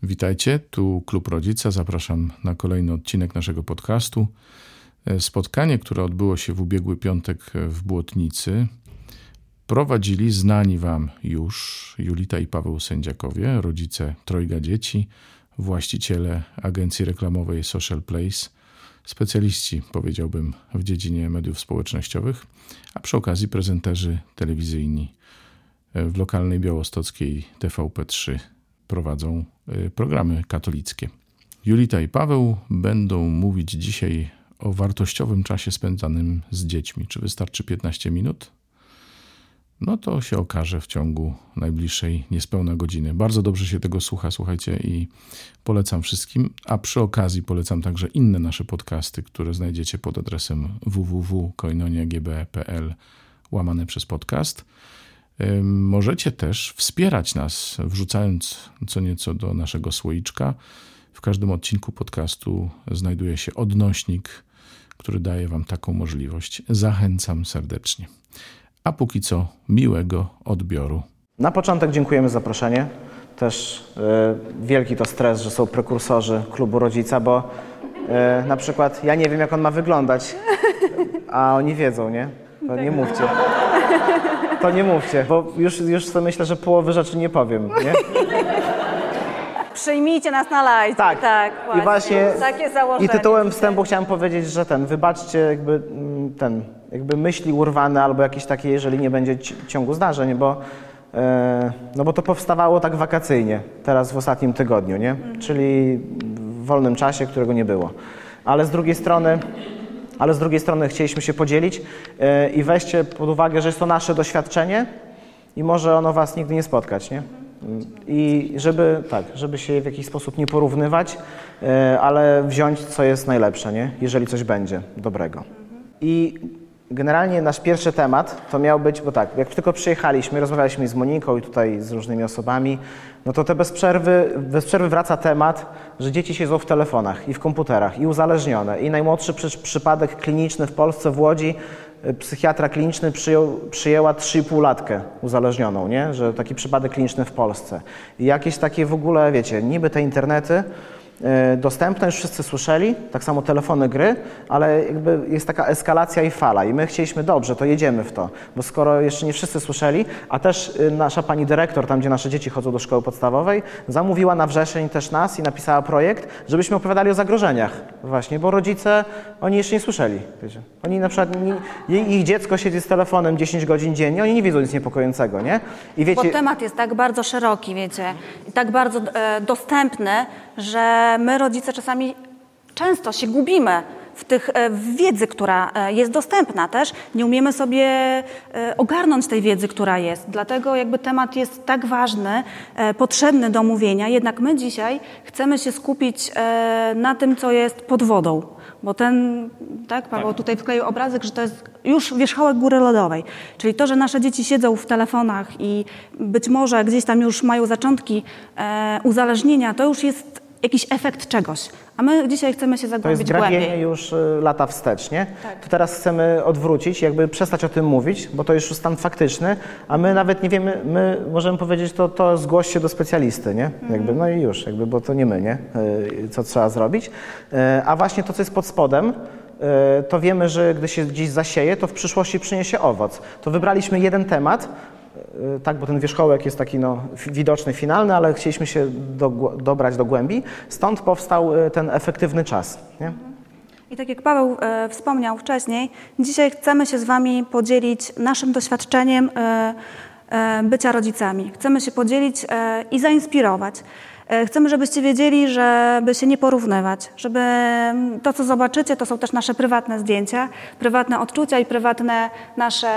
Witajcie, tu Klub Rodzica. Zapraszam na kolejny odcinek naszego podcastu. Spotkanie, które odbyło się w ubiegły piątek w Błotnicy, prowadzili znani Wam już Julita i Paweł Sędziakowie, rodzice trojga dzieci, właściciele agencji reklamowej Social Place, specjaliści, powiedziałbym, w dziedzinie mediów społecznościowych, a przy okazji prezenterzy telewizyjni w lokalnej białostockiej TVP3 prowadzą programy katolickie. Julita i Paweł będą mówić dzisiaj o wartościowym czasie spędzanym z dziećmi. Czy wystarczy 15 minut? No to się okaże w ciągu najbliższej niespełna godziny. Bardzo dobrze się tego słucha, słuchajcie, i polecam wszystkim. A przy okazji polecam także inne nasze podcasty, które znajdziecie pod adresem www.koinoniagb.pl/podcast. Możecie też wspierać nas, wrzucając co nieco do naszego słoiczka. W każdym odcinku podcastu znajduje się odnośnik, który daje Wam taką możliwość. Zachęcam serdecznie. A póki co miłego odbioru. Na początek dziękujemy za zaproszenie. Też wielki to stres, że są prekursorzy Klubu Rodzica, bo na przykład ja nie wiem, jak on ma wyglądać, a oni wiedzą, nie? To nie mówcie. To nie mówcie, bo już sobie myślę, że połowy rzeczy nie powiem, nie? Przyjmijcie nas na live. Tak, właśnie. I właśnie takie założenie. I tytułem wstępu chciałem powiedzieć, że wybaczcie jakby myśli urwane albo jakieś takie, jeżeli nie będzie ciągu zdarzeń, bo to powstawało tak wakacyjnie, teraz w ostatnim tygodniu, nie? Czyli w wolnym czasie, którego nie było. Ale z drugiej strony chcieliśmy się podzielić i weźcie pod uwagę, że jest to nasze doświadczenie i może ono Was nigdy nie spotkać, nie? I żeby się w jakiś sposób nie porównywać, ale wziąć, co jest najlepsze, nie? Jeżeli coś będzie dobrego. I generalnie nasz pierwszy temat to miał być, bo tak, jak tylko przyjechaliśmy, rozmawialiśmy z Moniką i tutaj z różnymi osobami, no to bez przerwy wraca temat, że dzieci siedzą w telefonach i w komputerach i uzależnione. I najmłodszy przypadek kliniczny w Polsce, w Łodzi, psychiatra kliniczny przyjęła 3,5-latkę uzależnioną, nie? Że taki przypadek kliniczny w Polsce. I jakieś takie w ogóle, wiecie, niby te internety dostępne, już wszyscy słyszeli, tak samo telefony, gry, ale jakby jest taka eskalacja i fala i my chcieliśmy, dobrze, to jedziemy w to, bo skoro jeszcze nie wszyscy słyszeli, a też nasza pani dyrektor, tam gdzie nasze dzieci chodzą do szkoły podstawowej, zamówiła na wrzesień też nas i napisała projekt, żebyśmy opowiadali o zagrożeniach właśnie, bo rodzice, oni jeszcze nie słyszeli, wiecie. Oni na przykład, ich dziecko siedzi z telefonem 10 godzin dziennie, oni nie widzą nic niepokojącego, nie? I wiecie, bo temat jest tak bardzo szeroki, wiecie, i tak bardzo dostępny, że my, rodzice, czasami często się gubimy w wiedzy, która jest dostępna też. Nie umiemy sobie ogarnąć tej wiedzy, która jest. Dlatego jakby temat jest tak ważny, potrzebny do omówienia. Jednak my dzisiaj chcemy się skupić na tym, co jest pod wodą. Bo Paweł tutaj wkleił obrazek, że to jest już wierzchołek góry lodowej. Czyli to, że nasze dzieci siedzą w telefonach i być może gdzieś tam już mają zaczątki uzależnienia, to już jest jakiś efekt czegoś. A my dzisiaj chcemy się zagłębić głębiej. To jest grabienie już lata wstecz, nie? Tak. To teraz chcemy odwrócić, jakby przestać o tym mówić, bo to już stan faktyczny, a my nawet nie wiemy, my możemy powiedzieć, to zgłoś się do specjalisty, nie? Jakby, no i już, jakby, bo to nie my, nie? Co trzeba zrobić. A właśnie to, co jest pod spodem, to wiemy, że gdy się gdzieś zasieje, to w przyszłości przyniesie owoc. To wybraliśmy jeden temat, tak, bo ten wierzchołek jest taki widoczny, finalny, ale chcieliśmy się dobrać do głębi. Stąd powstał ten efektywny czas. Nie? I tak jak Paweł wspomniał wcześniej, dzisiaj chcemy się z Wami podzielić naszym doświadczeniem bycia rodzicami. Chcemy się podzielić i zainspirować. Chcemy, żebyście wiedzieli, żeby się nie porównywać, żeby to, co zobaczycie, to są też nasze prywatne zdjęcia, prywatne odczucia i prywatne nasze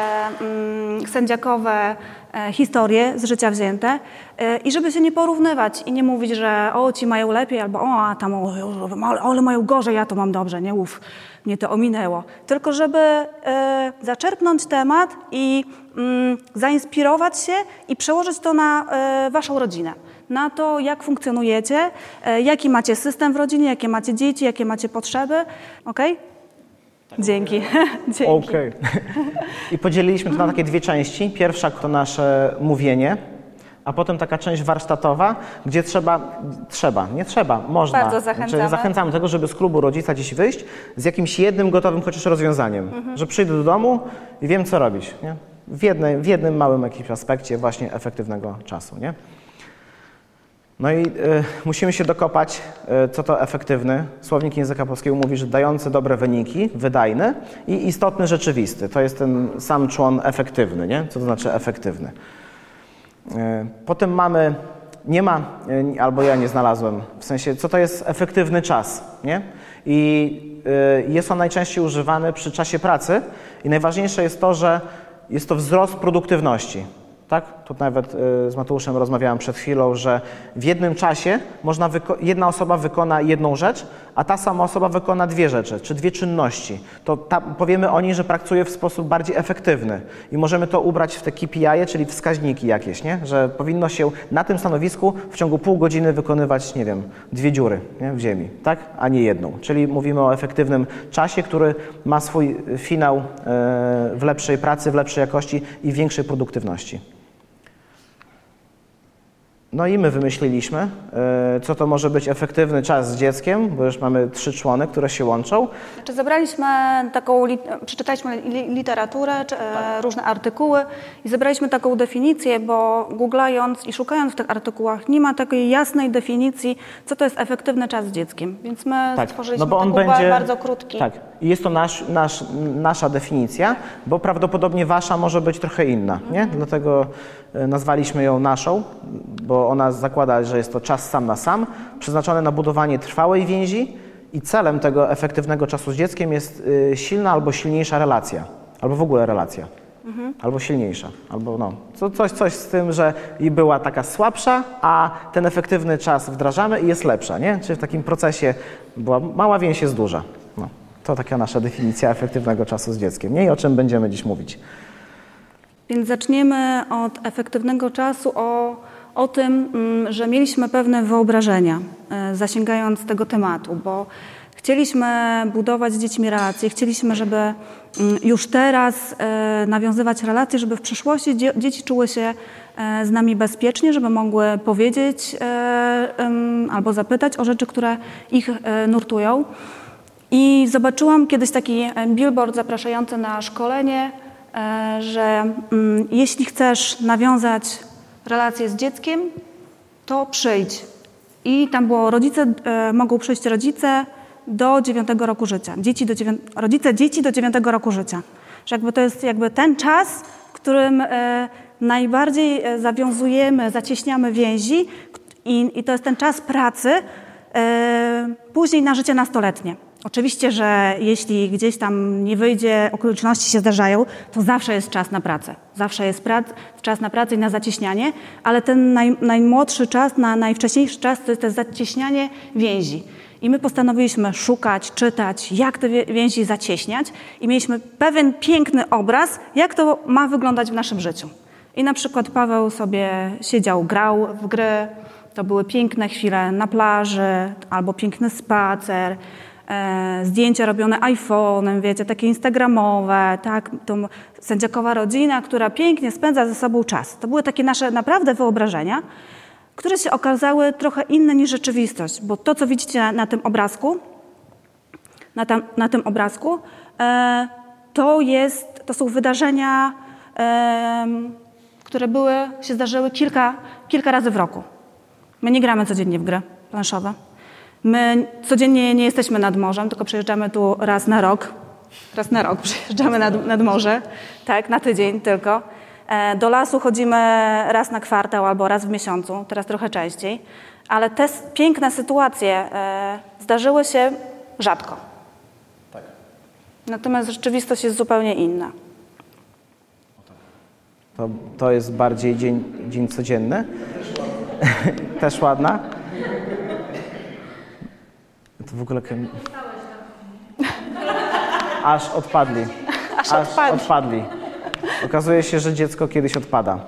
sędziakowe historie z życia wzięte i żeby się nie porównywać i nie mówić, że ci mają lepiej albo ale mają gorzej, ja to mam dobrze, nie mnie to ominęło. Tylko żeby zaczerpnąć temat i zainspirować się i przełożyć to na Waszą rodzinę. Na to, jak funkcjonujecie, jaki macie system w rodzinie, jakie macie dzieci, jakie macie potrzeby. Okej? Dzięki. Dzięki. Okej. I podzieliliśmy to na takie dwie części. Pierwsza to nasze mówienie, a potem taka część warsztatowa, gdzie można. Bardzo zachęcamy. Znaczy, zachęcamy do tego, żeby z klubu rodzica dziś wyjść z jakimś jednym gotowym chociaż rozwiązaniem, że przyjdę do domu i wiem, co robić, nie? W jednym małym jakimś aspekcie właśnie efektywnego czasu, nie? No i musimy się dokopać, co to efektywny. Słownik języka polskiego mówi, że dający dobre wyniki, wydajny i istotny, rzeczywisty. To jest ten sam człon efektywny, nie? Co to znaczy efektywny? Potem albo ja nie znalazłem, w sensie, co to jest efektywny czas, nie? I jest on najczęściej używany przy czasie pracy i najważniejsze jest to, że jest to wzrost produktywności. Tak? Tu nawet z Mateuszem rozmawiałem przed chwilą, że w jednym czasie jedna osoba wykona jedną rzecz, a ta sama osoba wykona dwie rzeczy, czy dwie czynności. To powiemy o niej, że pracuje w sposób bardziej efektywny i możemy to ubrać w te KPI, czyli wskaźniki jakieś, nie? Że powinno się na tym stanowisku w ciągu pół godziny wykonywać, nie wiem, 2 dziury, nie? W ziemi, tak? A nie jedną. Czyli mówimy o efektywnym czasie, który ma swój finał w lepszej pracy, w lepszej jakości i większej produktywności. No i my wymyśliliśmy, co to może być efektywny czas z dzieckiem, bo już mamy 3 człony, które się łączą. Czy zebraliśmy przeczytaliśmy literaturę, różne artykuły i zebraliśmy taką definicję, bo googlając i szukając w tych artykułach nie ma takiej jasnej definicji, co to jest efektywny czas z dzieckiem. Więc my stworzyliśmy bardzo krótki. Tak, i jest to nasza definicja, bo prawdopodobnie wasza może być trochę inna, nie? Dlatego nazwaliśmy ją naszą, bo ona zakłada, że jest to czas sam na sam, przeznaczony na budowanie trwałej więzi i celem tego efektywnego czasu z dzieckiem jest silna albo silniejsza relacja, albo w ogóle relacja, albo silniejsza, albo coś z tym, że i była taka słabsza, a ten efektywny czas wdrażamy i jest lepsza, nie? Czyli w takim procesie była mała więź jest duża. No, to taka nasza definicja efektywnego czasu z dzieckiem, nie? I o czym będziemy dziś mówić. Więc zaczniemy od efektywnego czasu, o tym, że mieliśmy pewne wyobrażenia, zasięgając tego tematu, bo chcieliśmy budować z dziećmi relacje, chcieliśmy, żeby już teraz nawiązywać relacje, żeby w przyszłości dzieci czuły się z nami bezpiecznie, żeby mogły powiedzieć albo zapytać o rzeczy, które ich nurtują. I zobaczyłam kiedyś taki billboard zapraszający na szkolenie, że jeśli chcesz nawiązać relacje z dzieckiem, to przyjdź. I tam było, mogą przyjść rodzice do 9 roku życia. Rodzice dzieci do 9 roku życia. Że to jest ten czas, w którym najbardziej zawiązujemy, zacieśniamy więzi i to jest ten czas pracy później na życie nastoletnie. Oczywiście, że jeśli gdzieś tam nie wyjdzie, okoliczności się zdarzają, to zawsze jest czas na pracę. Zawsze jest czas na pracę i na zacieśnianie, ale ten najmłodszy czas, najwcześniejszy czas to jest to zacieśnianie więzi. I my postanowiliśmy szukać, czytać, jak te więzi zacieśniać i mieliśmy pewien piękny obraz, jak to ma wyglądać w naszym życiu. I na przykład Paweł sobie siedział, grał w gry, to były piękne chwile na plaży albo piękny spacer, zdjęcia robione iPhone'em, wiecie, takie instagramowe, tak, sędziakowa rodzina, która pięknie spędza ze sobą czas. To były takie nasze naprawdę wyobrażenia, które się okazały trochę inne niż rzeczywistość, bo to, co widzicie na tym obrazku, to są wydarzenia, które się zdarzyły kilka razy w roku. My nie gramy codziennie w gry planszowe. My codziennie nie jesteśmy nad morzem, tylko przyjeżdżamy tu raz na rok przyjeżdżamy nad morze, tak, na tydzień tylko. Do lasu chodzimy raz na kwartał albo raz w miesiącu, teraz trochę częściej, ale te piękne sytuacje zdarzyły się rzadko. Tak. Natomiast rzeczywistość jest zupełnie inna. To jest bardziej dzień codzienny. Też ładna. To w ogóle... Aż odpadli. Odpadli. Okazuje się, że dziecko kiedyś odpada.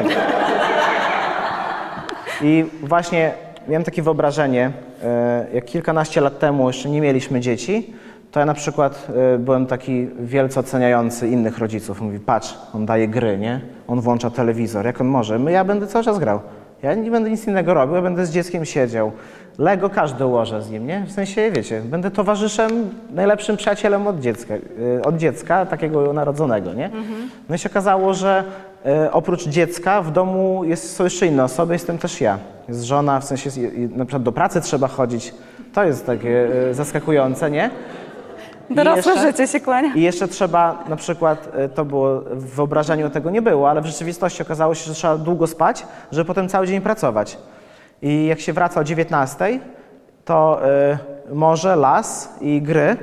I właśnie miałem takie wyobrażenie, jak kilkanaście lat temu jeszcze nie mieliśmy dzieci, to ja na przykład byłem taki wielce oceniający innych rodziców. Mówi, patrz, on daje gry, nie? On włącza telewizor, jak on może? Ja będę cały czas grał. Ja nie będę nic innego robił, ja będę z dzieckiem siedział. Lego każdy ułożę z nim, nie? W sensie, wiecie, będę towarzyszem, najlepszym przyjacielem od dziecka takiego narodzonego, nie? No i się okazało, że oprócz dziecka w domu są jeszcze inne osoby, jestem też ja. Jest żona, w sensie na przykład do pracy trzeba chodzić. To jest takie zaskakujące, nie? Dorosłe życie się kłania. I jeszcze trzeba, na przykład, to było, w wyobrażeniu tego nie było, ale w rzeczywistości okazało się, że trzeba długo spać, żeby potem cały dzień pracować. I jak się wraca o 19:00, to morze, las i gry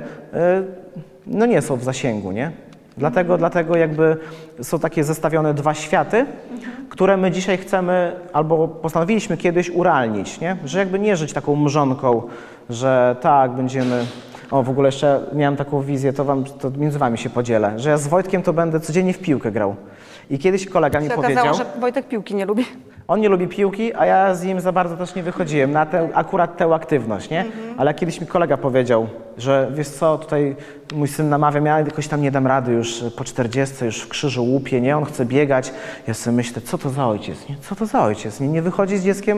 no nie są w zasięgu, nie? Dlatego jakby są takie zestawione dwa światy, które my dzisiaj chcemy, albo postanowiliśmy kiedyś urealnić, nie? Że jakby nie żyć taką mrzonką, że tak, będziemy... O, w ogóle jeszcze miałem taką wizję, to między wami się podzielę, że ja z Wojtkiem to będę codziennie w piłkę grał. I kiedyś kolega mi powiedział... okazało, że Wojtek piłki nie lubi. On nie lubi piłki, a ja z nim za bardzo też nie wychodziłem na akurat tę aktywność, nie? Ale kiedyś mi kolega powiedział, że wiesz co, tutaj mój syn namawia, ja jakoś tam nie dam rady już po 40, już w krzyżu łupie, nie? On chce biegać. Ja sobie myślę, co to za ojciec, nie? Co to za ojciec? Nie wychodzi z dzieckiem.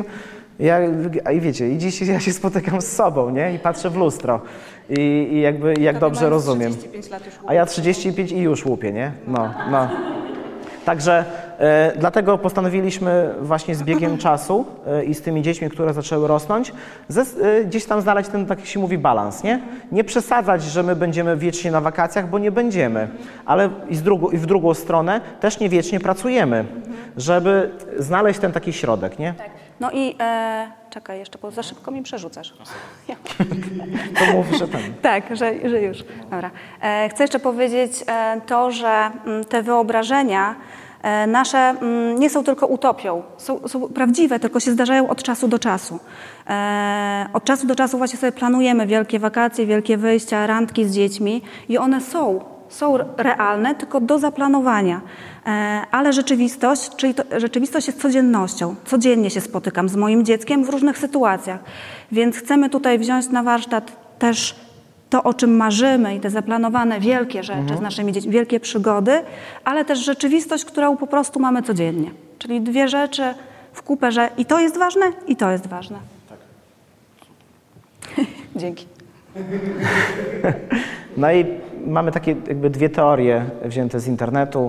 I wiecie, i dziś ja się spotykam z sobą, nie? I patrzę w lustro. I jakby jak dobrze rozumiem. 35 lat już A ja 35 i już łupię, nie? No. Także dlatego postanowiliśmy właśnie z biegiem czasu i z tymi dziećmi, które zaczęły rosnąć, gdzieś tam znaleźć ten, tak się mówi, balans, nie? Nie przesadzać, że my będziemy wiecznie na wakacjach, bo nie będziemy, ale i w drugą stronę też nie wiecznie pracujemy, żeby znaleźć ten taki środek, nie? Tak. No i czekaj jeszcze, bo za szybko mi przerzucasz. To mów, że ten. Tak, że już. Dobra. Chcę jeszcze powiedzieć to, że te wyobrażenia nasze nie są tylko utopią, są prawdziwe, tylko się zdarzają od czasu do czasu. Od czasu do czasu właśnie sobie planujemy wielkie wakacje, wielkie wyjścia, randki z dziećmi i one są realne, tylko do zaplanowania. Ale rzeczywistość, czyli rzeczywistość jest codziennością. Codziennie się spotykam z moim dzieckiem w różnych sytuacjach. Więc chcemy tutaj wziąć na warsztat też to, o czym marzymy i te zaplanowane wielkie rzeczy z naszymi dziećmi, wielkie przygody, ale też rzeczywistość, którą po prostu mamy codziennie. Czyli dwie rzeczy w kupę, że i to jest ważne, i to jest ważne. Tak. Dzięki. No i mamy takie jakby dwie teorie wzięte z internetu,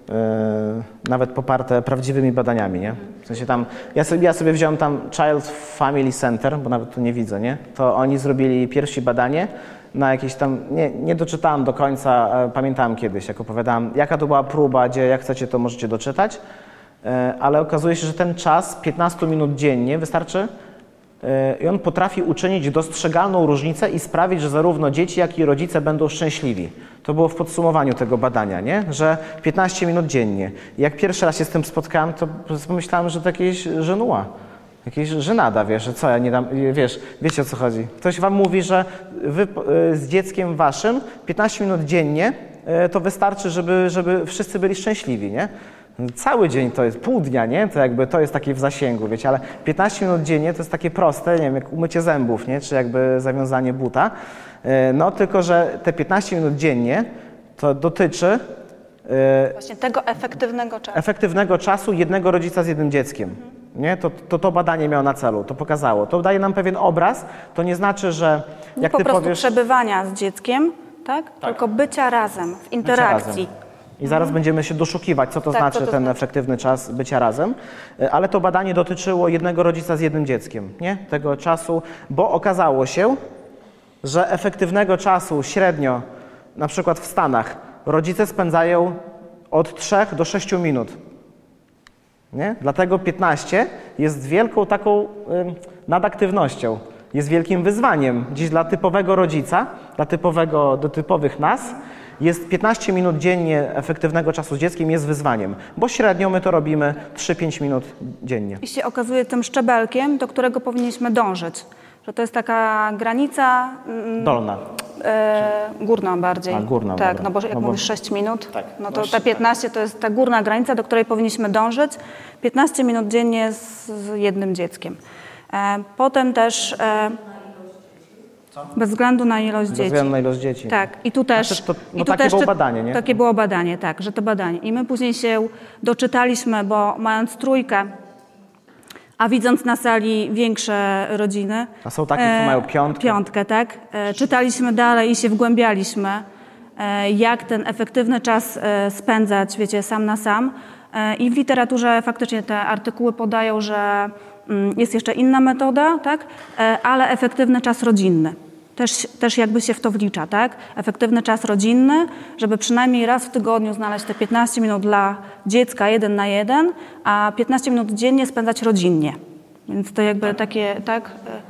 nawet poparte prawdziwymi badaniami, nie? W sensie tam, ja sobie wziąłem tam Child Family Center, bo nawet tu nie widzę, nie? To oni zrobili pierwsze badanie na jakieś tam, nie doczytałem do końca, pamiętałem kiedyś, jak opowiadałem, jaka to była próba, gdzie jak chcecie, to możecie doczytać, ale okazuje się, że ten czas 15 minut dziennie wystarczy i on potrafi uczynić dostrzegalną różnicę i sprawić, że zarówno dzieci, jak i rodzice będą szczęśliwi. To było w podsumowaniu tego badania, nie? Że 15 minut dziennie. Jak pierwszy raz się z tym spotkałem, to pomyślałem, że to jakieś żenua. Jakieś żenada, wiesz, że co, ja nie dam, wiecie o co chodzi. Ktoś wam mówi, że wy z dzieckiem waszym 15 minut dziennie to wystarczy, żeby wszyscy byli szczęśliwi, nie? Cały dzień to jest pół dnia, nie? To jakby to jest takie w zasięgu, wiecie, ale 15 minut dziennie to jest takie proste, nie wiem, jak umycie zębów, nie? Czy jakby zawiązanie buta. No tylko, że te 15 minut dziennie to dotyczy właśnie tego efektywnego czasu. Efektywnego czasu jednego rodzica z jednym dzieckiem. Nie? To badanie miało na celu, to pokazało. To daje nam pewien obraz, to nie znaczy, że jak po ty prostu powiesz... przebywania z dzieckiem, tak? Tylko bycia razem, w interakcji. I zaraz będziemy się doszukiwać, co to znaczy ten efektywny czas bycia razem. Ale to badanie dotyczyło jednego rodzica z jednym dzieckiem, nie? Tego czasu, bo okazało się, że efektywnego czasu średnio, na przykład w Stanach, rodzice spędzają od 3 do 6 minut. Nie? Dlatego 15 jest wielką taką nadaktywnością. Jest wielkim wyzwaniem. Dziś dla typowego rodzica, do typowych nas, jest 15 minut dziennie efektywnego czasu z dzieckiem jest wyzwaniem, bo średnio my to robimy 3-5 minut dziennie. I się okazuje tym szczebelkiem, do którego powinniśmy dążyć. Że to jest taka granica... Dolna. Górna bardziej. A, górna, tak, dobra. no bo jak mówisz 6 minut, tak, no to te 15 to jest ta górna granica, do której powinniśmy dążyć. 15 minut dziennie z jednym dzieckiem. Potem też... Bez względu na ilość dzieci. Bez względu na ilość dzieci. Tak, i tu też... takie było badanie, nie? Takie było badanie, tak, że to badanie. I my później się doczytaliśmy, bo mając trójkę, a widząc na sali większe rodziny... A są takie, co mają piątkę. Piątkę, tak. Czytaliśmy dalej i się wgłębialiśmy, jak ten efektywny czas spędzać, wiecie, sam na sam. I w literaturze faktycznie te artykuły podają, że jest jeszcze inna metoda, tak? Ale efektywny czas rodzinny. Też jakby się w to wlicza, tak? Efektywny czas rodzinny, żeby przynajmniej raz w tygodniu znaleźć te 15 minut dla dziecka 1 na 1, a 15 minut dziennie spędzać rodzinnie. Więc to jakby takie, tak?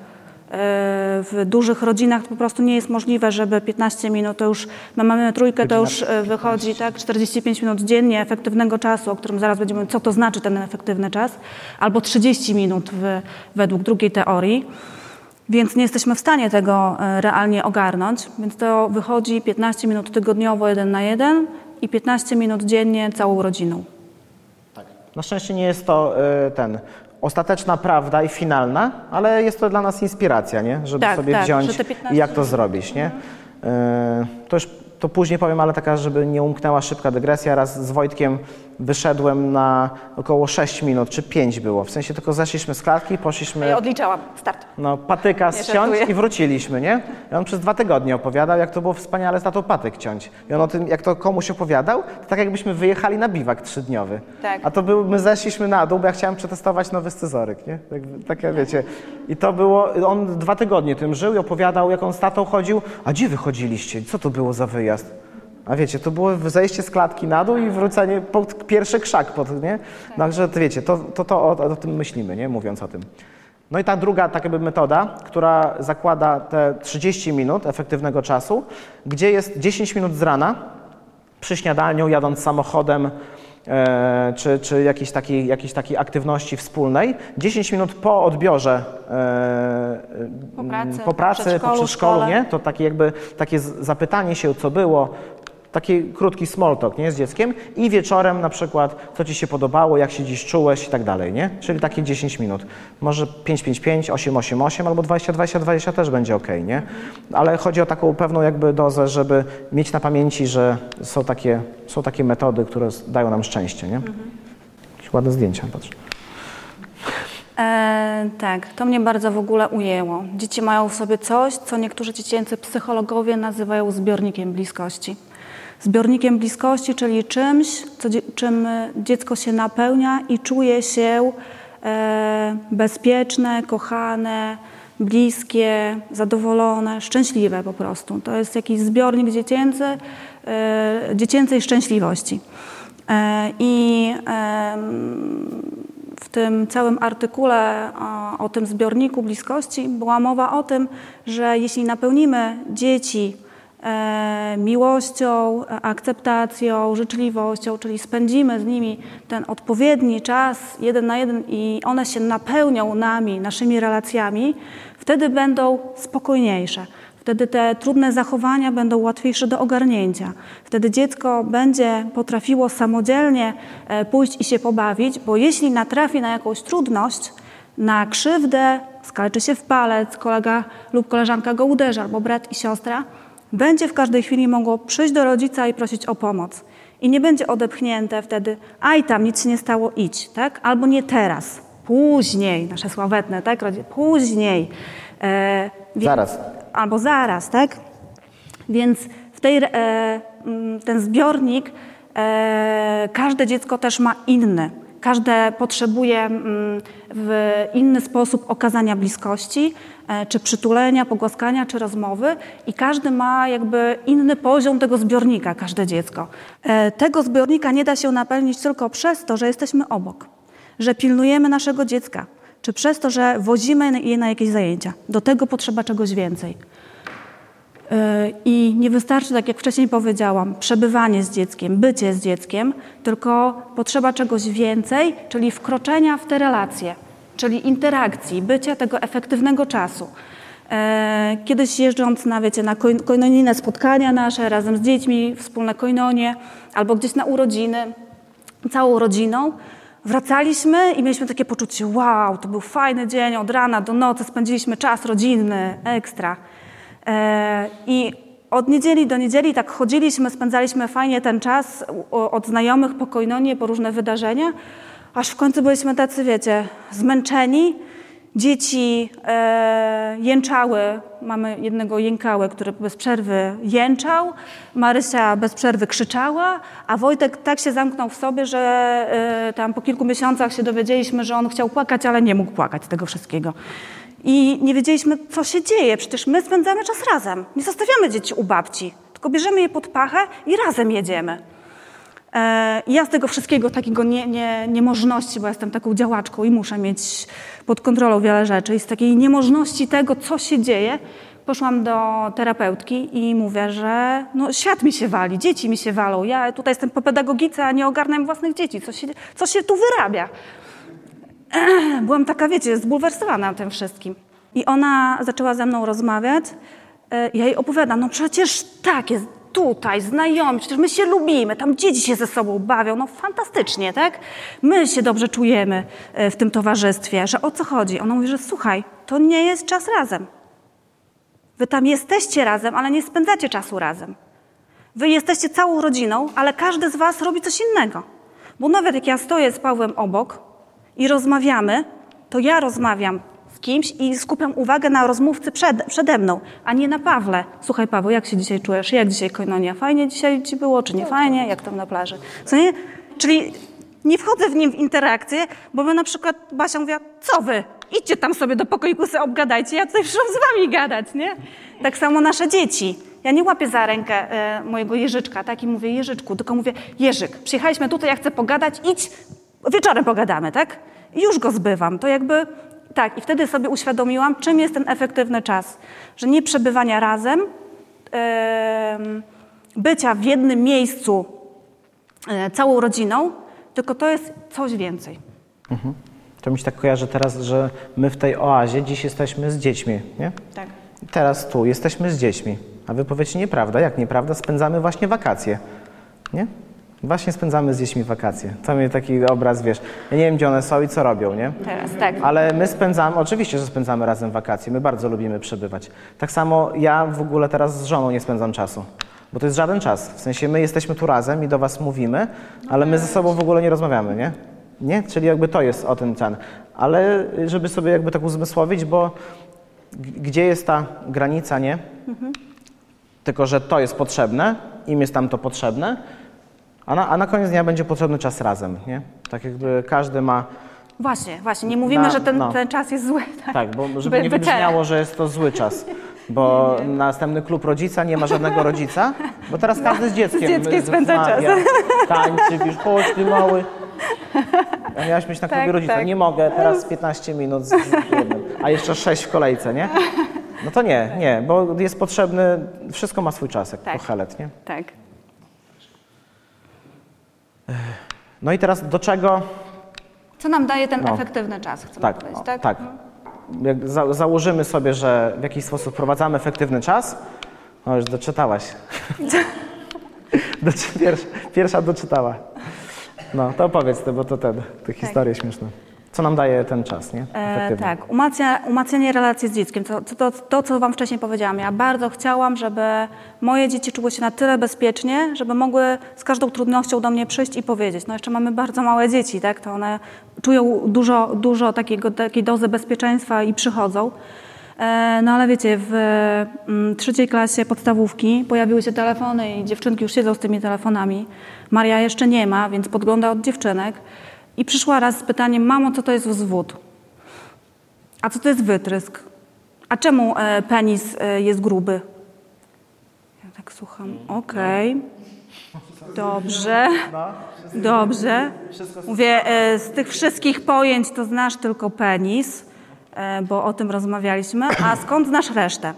W dużych rodzinach po prostu nie jest możliwe, żeby 15 minut, to już, my mamy trójkę, to już wychodzi, tak? 45 minut dziennie efektywnego czasu, o którym zaraz będziemy mówić, co to znaczy ten efektywny czas, albo 30 minut według drugiej teorii. Więc nie jesteśmy w stanie tego realnie ogarnąć, więc to wychodzi 15 minut tygodniowo 1 na 1 i 15 minut dziennie całą rodziną. Tak. Na szczęście nie jest to ostateczna prawda i finalna, ale jest to dla nas inspiracja, nie? Żeby sobie wziąć i jak to zrobić, nie? To później powiem, ale taka, żeby nie umknęła szybka dygresja. Raz z Wojtkiem wyszedłem na około 6 minut, czy 5 było. W sensie tylko zeszliśmy z klatki, poszliśmy... Ja odliczałam, start. No, patyka ściąć i wróciliśmy, nie? I on przez 2 tygodnie opowiadał, jak to było wspaniale z tatą patyk ciąć. I on o tym, jak to komuś opowiadał, to tak jakbyśmy wyjechali na biwak 3-dniowy. Tak. A to my zeszliśmy na dół, bo ja chciałem przetestować nowy scyzoryk, nie? Tak jak wiecie. I to było, on 2 tygodnie tym żył i opowiadał, jak on z tatą chodził. A gdzie wy chodziliście? Co to było za wyjazd? A wiecie, to było zejście z klatki na dół i wrócenie pod pierwszy krzak, nie? Także wiecie, o tym myślimy, nie? Mówiąc o tym. No i ta druga taka metoda, która zakłada te 30 minut efektywnego czasu, gdzie jest 10 minut z rana przy śniadaniu, jadąc samochodem, czy jakiejś takiej aktywności wspólnej, 10 minut po odbiorze po pracy, po przedszkolu, nie? To takie zapytanie się, co było, taki krótki small talk, nie? Z dzieckiem i wieczorem na przykład, co ci się podobało, jak się dziś czułeś i tak dalej, nie? Czyli takie 10 minut. Może 5-5-5, 8-8-8 albo 20-20-20 też będzie okej, nie? Ale chodzi o taką pewną jakby dozę, żeby mieć na pamięci, że są takie metody, które dają nam szczęście, nie? Jakieś ładne zdjęcia, patrz. Tak, to mnie bardzo w ogóle ujęło. Dzieci mają w sobie coś, co niektórzy dziecięcy psychologowie nazywają zbiornikiem bliskości. Zbiornikiem bliskości, czyli czymś, czym dziecko się napełnia i czuje się bezpieczne, kochane, bliskie, zadowolone, szczęśliwe po prostu. To jest jakiś zbiornik dziecięcej szczęśliwości. I w tym całym artykule o tym zbiorniku bliskości była mowa o tym, że jeśli napełnimy dzieci miłością, akceptacją, życzliwością, czyli spędzimy z nimi ten odpowiedni czas 1 na 1 i one się napełnią nami, naszymi relacjami, wtedy będą spokojniejsze. Wtedy te trudne zachowania będą łatwiejsze do ogarnięcia. Wtedy dziecko będzie potrafiło samodzielnie pójść i się pobawić, bo jeśli natrafi na jakąś trudność, na krzywdę, skalczy się w palec, kolega lub koleżanka go uderzy, albo brat i siostra, będzie w każdej chwili mogło przyjść do rodzica i prosić o pomoc. I nie będzie odepchnięte wtedy, aj tam, nic się nie stało, idź, tak? Albo nie teraz, później, nasze sławetne, tak? Później. Zaraz. Albo zaraz, tak? Więc ten zbiornik każde dziecko też ma inny. Każde potrzebuje w inny sposób okazania bliskości, czy przytulenia, pogłaskania, czy rozmowy i każdy ma jakby inny poziom tego zbiornika, każde dziecko. Tego zbiornika nie da się napełnić tylko przez to, że jesteśmy obok, że pilnujemy naszego dziecka, czy przez to, że wozimy je na jakieś zajęcia. Do tego potrzeba czegoś więcej. I nie wystarczy, tak jak wcześniej powiedziałam, przebywanie z dzieckiem, bycie z dzieckiem, tylko potrzeba czegoś więcej, czyli wkroczenia w te relacje, czyli interakcji, bycia tego efektywnego czasu. Kiedyś jeżdżąc na koinonijne spotkania nasze razem z dziećmi, wspólne koinonie, albo gdzieś na urodziny, całą rodziną, wracaliśmy i mieliśmy takie poczucie, wow, to był fajny dzień, od rana do nocy spędziliśmy czas rodzinny, ekstra. I od niedzieli do niedzieli tak chodziliśmy, spędzaliśmy fajnie ten czas od znajomych po Koinonie, po różne wydarzenia, aż w końcu byliśmy tacy, wiecie, zmęczeni. Dzieci jęczały, mamy jednego jękałę, który bez przerwy jęczał, Marysia bez przerwy krzyczała, a Wojtek tak się zamknął w sobie, że tam po kilku miesiącach się dowiedzieliśmy, że on chciał płakać, ale nie mógł płakać z tego wszystkiego. I nie wiedzieliśmy, co się dzieje, przecież my spędzamy czas razem, nie zostawiamy dzieci u babci, tylko bierzemy je pod pachę i razem jedziemy. Ja z tego wszystkiego, takiego niemożności, bo jestem taką działaczką i muszę mieć pod kontrolą wiele rzeczy, i z takiej niemożności tego, co się dzieje, poszłam do terapeutki i mówię, że no, świat mi się wali, dzieci mi się walą, ja tutaj jestem po pedagogice, a nie ogarniam własnych dzieci, co się tu wyrabia. Byłam taka, wiecie, zbulwersowana tym wszystkim. I ona zaczęła ze mną rozmawiać, ja jej opowiadam, no przecież tak jest, tutaj, znajomi, przecież my się lubimy, tam dzieci się ze sobą bawią, no fantastycznie, tak? My się dobrze czujemy w tym towarzystwie, że o co chodzi? Ona mówi, że słuchaj, to nie jest czas razem. Wy tam jesteście razem, ale nie spędzacie czasu razem. Wy jesteście całą rodziną, ale każdy z was robi coś innego. Bo nawet jak ja stoję z Pawłem obok i rozmawiamy, to ja rozmawiam z kimś i skupiam uwagę na rozmówcy przede mną, a nie na Pawle. Słuchaj, Paweł, jak się dzisiaj czujesz? Jak dzisiaj Koinonia? Fajnie dzisiaj ci było, czy nie fajnie? Jak tam na plaży? Co nie? Czyli nie wchodzę w nim w interakcję, bo my na przykład, Basia mówiła, co wy? Idźcie tam sobie do pokoiku, sobie obgadajcie, ja tutaj przyszłam z wami gadać, nie? Tak samo nasze dzieci. Ja nie łapię za rękę mojego Jeżyczka, tak? I mówię, Jeżyczku, tylko mówię, Jerzyk, przyjechaliśmy tutaj, ja chcę pogadać, idź, wieczorem pogadamy, tak? I już go zbywam. To jakby, tak, i wtedy sobie uświadomiłam, czym jest ten efektywny czas. Że nie przebywania razem, bycia w jednym miejscu całą rodziną, tylko to jest coś więcej. Mhm. To mi się tak kojarzy teraz, że my w tej oazie dziś jesteśmy z dziećmi, nie? Tak. Teraz tu jesteśmy z dziećmi. A wy powiecie, nieprawda. Jak nieprawda? Spędzamy właśnie wakacje, nie? Właśnie spędzamy z dziećmi wakacje. To mnie taki obraz, wiesz, ja nie wiem, gdzie one są i co robią, nie? Teraz, tak. Ale my spędzamy, oczywiście, że spędzamy razem wakacje. My bardzo lubimy przebywać. Tak samo ja w ogóle teraz z żoną nie spędzam czasu. Bo to jest żaden czas. W sensie my jesteśmy tu razem i do was mówimy, ale my ze sobą w ogóle nie rozmawiamy, nie? Nie? Czyli jakby to jest o tym ten. Ale żeby sobie jakby tak uzmysłowić, bo gdzie jest ta granica, nie? Mhm. Tylko, że to jest potrzebne, im jest tam to potrzebne, a na koniec dnia będzie potrzebny czas razem, nie? Tak jakby każdy ma... Właśnie, nie mówimy, że ten czas jest zły. Tak, bo żeby nie wybrzmiało, że jest to zły czas. Bo następny klub rodzica nie ma żadnego rodzica, bo teraz każdy z dzieckiem. Z dzieckiem spędza czas. Tańczy, już chodź ty mały. Ja miałaś mieć na klubie rodzica. Tak. Nie mogę, teraz 15 minut z jednym, a jeszcze 6 w kolejce, nie? No to nie, bo jest potrzebny, wszystko ma swój czas, jak Kohelet, nie? Tak. No i teraz do czego... Co nam daje ten efektywny czas, chcemy powiedzieć, tak? Tak. Jak założymy sobie, że w jakiś sposób wprowadzamy efektywny czas, no już doczytałaś. Pierwsza doczytała. No to opowiedz ty, bo to te historie śmieszne. Co nam daje ten czas, nie? Tak, umacnianie relacji z dzieckiem. To, co wam wcześniej powiedziałam. Ja bardzo chciałam, żeby moje dzieci czuły się na tyle bezpiecznie, żeby mogły z każdą trudnością do mnie przyjść i powiedzieć. No jeszcze mamy bardzo małe dzieci, tak? To one czują dużo takiej dozy bezpieczeństwa i przychodzą. No ale wiecie, w 3. klasie podstawówki pojawiły się telefony i dziewczynki już siedzą z tymi telefonami. Maria jeszcze nie ma, więc podgląda od dziewczynek. I przyszła raz z pytaniem, mamo, co to jest wzwód? A co to jest wytrysk? A czemu penis jest gruby? Ja tak słucham, okej. Dobrze. Mówię, z tych wszystkich pojęć to znasz tylko penis, bo o tym rozmawialiśmy, a skąd znasz resztę?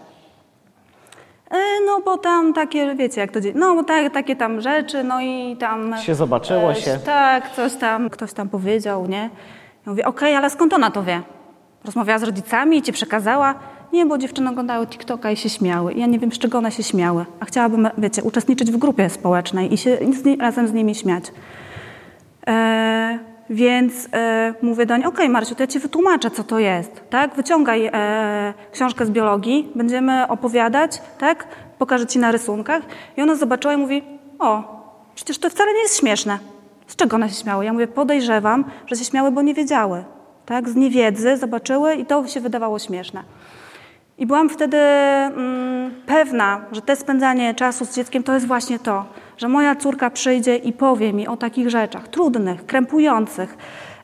No bo tam takie, wiecie jak to dzieje, no bo takie tam rzeczy, no i tam... Się zobaczyło się. Tak, ktoś tam powiedział, nie? Ja mówię, okej, ale skąd ona to wie? Rozmawiała z rodzicami i ci przekazała? Nie, bo dziewczyny oglądały TikToka i się śmiały. I ja nie wiem, z czego one się śmiały. A chciałabym, wiecie, uczestniczyć w grupie społecznej i się razem z nimi śmiać. Więc mówię do niej, okej, Marysiu, to ja ci wytłumaczę, co to jest, tak? Wyciągaj książkę z biologii, będziemy opowiadać, tak? Pokażę ci na rysunkach. I ona zobaczyła i mówi, o, przecież to wcale nie jest śmieszne. Z czego one się śmiały? Ja mówię, podejrzewam, że się śmiały, bo nie wiedziały, tak? Z niewiedzy zobaczyły i to się wydawało śmieszne. I byłam wtedy pewna, że te spędzanie czasu z dzieckiem to jest właśnie to, że moja córka przyjdzie i powie mi o takich rzeczach trudnych, krępujących,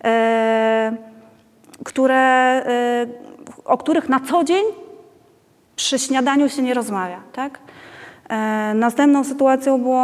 o których na co dzień przy śniadaniu się nie rozmawia. Tak? Następną sytuacją było,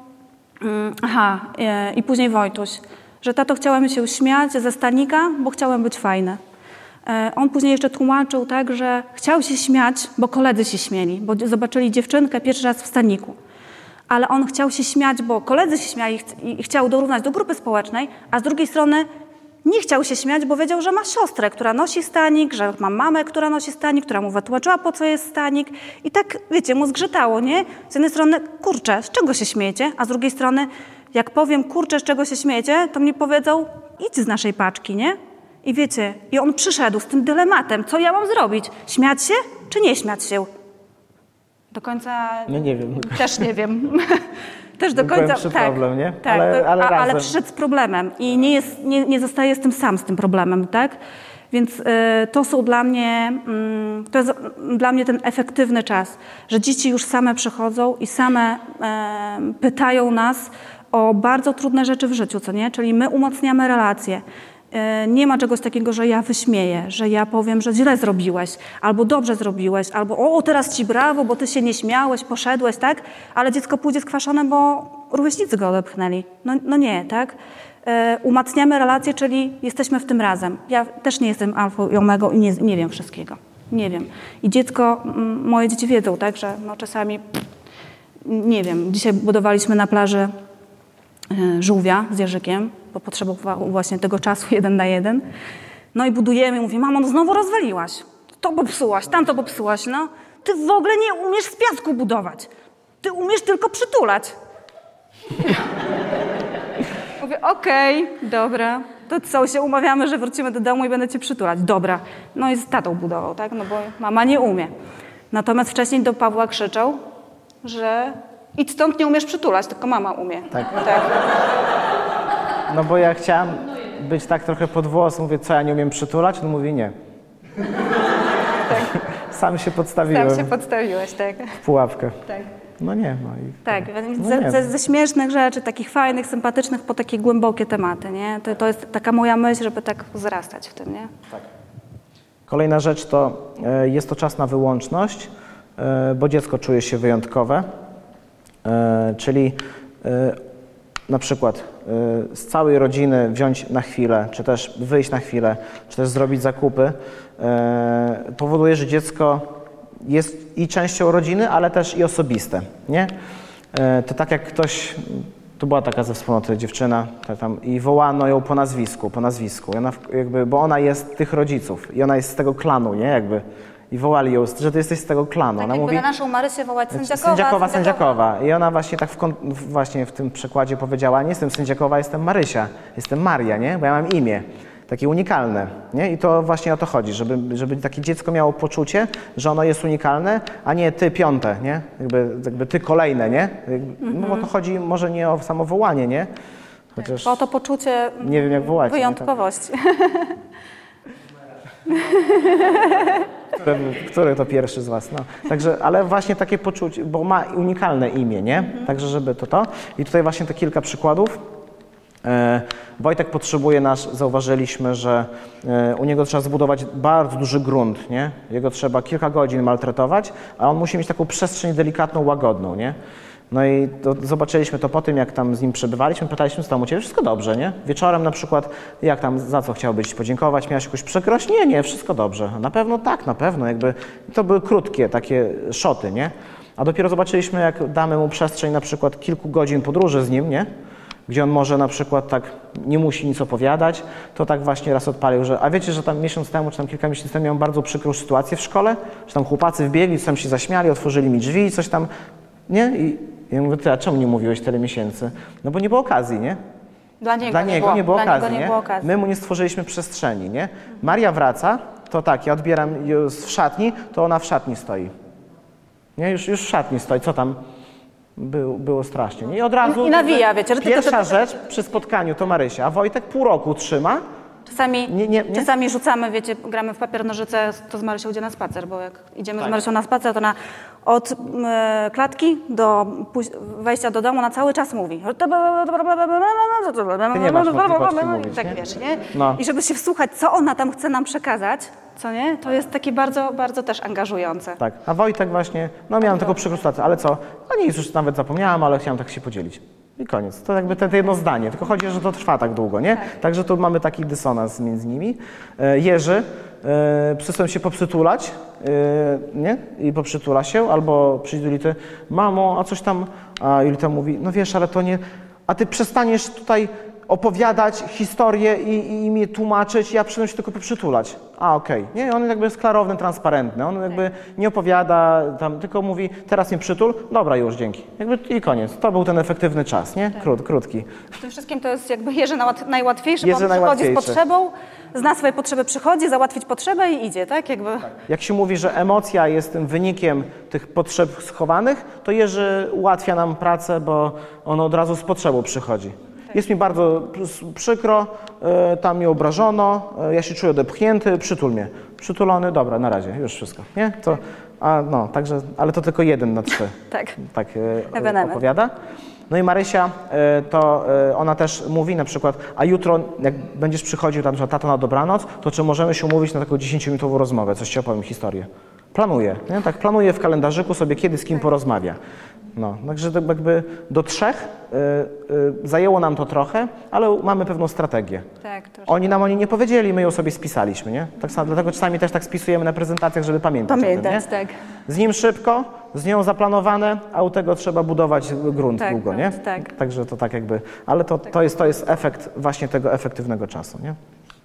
i później Wojtuś, że tato chciałem się śmiać ze stanika, bo chciałem być fajny. On później jeszcze tłumaczył tak, że chciał się śmiać, bo koledzy się śmieli, bo zobaczyli dziewczynkę pierwszy raz w staniku. Ale on chciał się śmiać, bo koledzy się śmiali i chciał dorównać do grupy społecznej, a z drugiej strony nie chciał się śmiać, bo wiedział, że ma siostrę, która nosi stanik, że ma mamę, która nosi stanik, która mu wytłumaczyła, po co jest stanik. I tak, wiecie, mu zgrzytało, nie? Z jednej strony, kurczę, z czego się śmiejecie? A z drugiej strony, jak powiem, kurczę, z czego się śmiejecie, to mnie powiedzą, idź z naszej paczki, nie? I wiecie, i on przyszedł z tym dylematem, co ja mam zrobić? Śmiać się, czy nie śmiać się? Do końca... No nie wiem. Też nie wiem. Też do końca... problem, nie? Tak, ale przyszedł z problemem i nie zostaje z tym sam, z tym problemem, tak? Więc to są dla mnie, to jest dla mnie ten efektywny czas, że dzieci już same przychodzą i same pytają nas o bardzo trudne rzeczy w życiu, co nie? Czyli my umacniamy relacje. Nie ma czegoś takiego, że ja wyśmieję, że ja powiem, że źle zrobiłeś, albo dobrze zrobiłeś, albo o, teraz ci brawo, bo ty się nie śmiałeś, poszedłeś, tak? Ale dziecko pójdzie skwaszone, bo rówieśnicy go odepchnęli. No nie, tak? Umacniamy relacje, czyli jesteśmy w tym razem. Ja też nie jestem alfą i omegą i nie wiem wszystkiego. Nie wiem. I moje dzieci wiedzą, tak, że no czasami, nie wiem, dzisiaj budowaliśmy na plaży żółwia z Jerzykiem, bo potrzebował właśnie tego czasu 1 na 1. No i budujemy i mówi, mamo, no znowu rozwaliłaś. To popsułaś, tamto popsułaś, no. Ty w ogóle nie umiesz z piasku budować. Ty umiesz tylko przytulać. Mówię, okej, dobra. To co, się umawiamy, że wrócimy do domu i będę cię przytulać. Dobra. No i z tatą budował, tak? No bo mama nie umie. Natomiast wcześniej do Pawła krzyczał, że idź stąd, nie umiesz przytulać, tylko mama umie. Tak. No bo ja chciałam być tak trochę pod włos, mówię, co ja nie umiem przytulać? On mówi nie. Tak. Sam się podstawiłem. Sam się podstawiłeś, tak. W pułapkę. Tak. No nie. Tak, więc ze śmiesznych rzeczy, takich fajnych, sympatycznych, po takie głębokie tematy, nie? To jest taka moja myśl, żeby tak wzrastać w tym, nie? Tak. Kolejna rzecz to jest to czas na wyłączność, bo dziecko czuje się wyjątkowe, czyli na przykład z całej rodziny wziąć na chwilę, czy też wyjść na chwilę, czy też zrobić zakupy, powoduje, że dziecko jest i częścią rodziny, ale też i osobiste, nie? To tak jak ktoś, to była taka ze wspólnoty dziewczyna, i wołano ją po nazwisku, i ona bo ona jest tych rodziców i ona jest z tego klanu, nie? I wołali ją, że ty jesteś z tego klanu. Tak ona jakby mówi, na naszą Marysię wołać Sędziakowa. I ona właśnie tak właśnie w tym przekładzie powiedziała, nie jestem Sędziakowa, jestem Marysia, jestem Maria, nie? Bo ja mam imię. Takie unikalne, nie? I to właśnie o to chodzi, żeby takie dziecko miało poczucie, że ono jest unikalne, a nie ty piąte, nie? Jakby ty kolejne, nie? No bo to chodzi może nie o samowołanie, nie? Chociaż o to poczucie nie wiem, jak wołać, wyjątkowości. Który to pierwszy z was? No. Także, ale właśnie takie poczucie, bo ma unikalne imię, nie? Także żeby to. I tutaj właśnie te kilka przykładów. Wojtek potrzebuje zauważyliśmy, że u niego trzeba zbudować bardzo duży grunt, nie? Jego trzeba kilka godzin maltretować, a on musi mieć taką przestrzeń delikatną, łagodną, nie? No i zobaczyliśmy to po tym, jak tam z nim przebywaliśmy, pytaliśmy, co tam u ciebie, wszystko dobrze, nie? Wieczorem na przykład, jak tam, za co chciałbyś podziękować, miałeś jakąś przykrość? Nie, wszystko dobrze. Na pewno tak, na pewno, to były krótkie takie szoty, nie? A dopiero zobaczyliśmy, jak damy mu przestrzeń na przykład kilku godzin podróży z nim, nie? Gdzie on może na przykład tak nie musi nic opowiadać, to tak właśnie raz odpalił, że a wiecie, że tam miesiąc temu, czy tam kilka miesięcy temu miałem bardzo przykrą sytuację w szkole, że tam chłopacy wbiegli, tam się zaśmiali, otworzyli mi drzwi i coś tam, nie? I ja mówię, ty, a czemu nie mówiłeś tyle miesięcy? No bo nie było okazji, nie? Dla niego nie było okazji, nie? My mu nie stworzyliśmy przestrzeni, nie? Maria wraca, to tak, ja odbieram ją w szatni, to ona w szatni stoi. Nie? Już w szatni stoi, co tam? Było strasznie. Nie? I od razu I nawija, wiecie. Że pierwsza rzecz przy spotkaniu to Marysia, a Wojtek pół roku trzyma. Czasami rzucamy, wiecie, gramy w papier, nożyce, to z Marysią idzie na spacer, bo jak idziemy z Marysią na spacer, to ona od klatki do wejścia do domu na cały czas mówi. Ty nie masz możliwości mówić, tak, nie? wiesz, nie? No. I żeby się wsłuchać, co ona tam chce nam przekazać, co nie? To jest takie bardzo, bardzo też angażujące. Tak, a Wojtek właśnie, no miałem taką przykrą sytuację, ale co? No nic, już nawet zapomniałam, ale chciałam tak się podzielić. I koniec. To jakby to jedno zdanie, tylko chodzi, że to trwa tak długo, nie? Tak. Także tu mamy taki dysonans między nimi. Jerzy przestał się poprzytulać, nie? I poprzytula się, albo przyjdzie do Julity, mamo, a coś tam, a Julita mówi, no wiesz, ale to nie, a ty przestaniesz tutaj opowiadać historię i mi tłumaczyć, ja przyjdę się tylko poprzytulać. A, okej. Nie, on jakby jest klarowny, transparentny, on jakby nie opowiada tam, tylko mówi, teraz mnie przytul, dobra już, dzięki. Jakby i koniec. To był ten efektywny czas, nie? Krótki. W tym wszystkim to jest jakby Jerzy najłatwiejszy, Jerzy bo on przychodzi z najłatwiejszy. potrzebą, zna swoje potrzeby, przychodzi, załatwić potrzebę i idzie, tak? Jakby... Jak się mówi, że emocja jest tym wynikiem tych potrzeb schowanych, to Jerzy ułatwia nam pracę, bo on od razu z potrzebą przychodzi. Jest mi bardzo przykro, tam mnie obrażono, ja się czuję odepchnięty, przytul mnie. Przytulony, dobra, na razie, już wszystko, nie? To, także, ale to tylko 1 na 3. Tak opowiada. No i Marysia, to ona też mówi na przykład, a jutro jak będziesz przychodził tam, że tato na dobranoc, to czy możemy się umówić na taką 10-minutową rozmowę, coś ci opowiem, historię. Planuje, nie? Tak planuje w kalendarzyku sobie, kiedy z kim porozmawia. No, także to jakby do 3 zajęło nam to trochę, ale mamy pewną strategię. Tak, oni nie powiedzieli, my ją sobie spisaliśmy, nie? Tak samo, dlatego czasami też tak spisujemy na prezentacjach, żeby pamiętać o tym, nie? Tak. Z nim szybko, z nią zaplanowane, a u tego trzeba budować grunt tak, długo, nie? Tak. Także to tak jakby, ale to jest efekt właśnie tego efektywnego czasu, nie?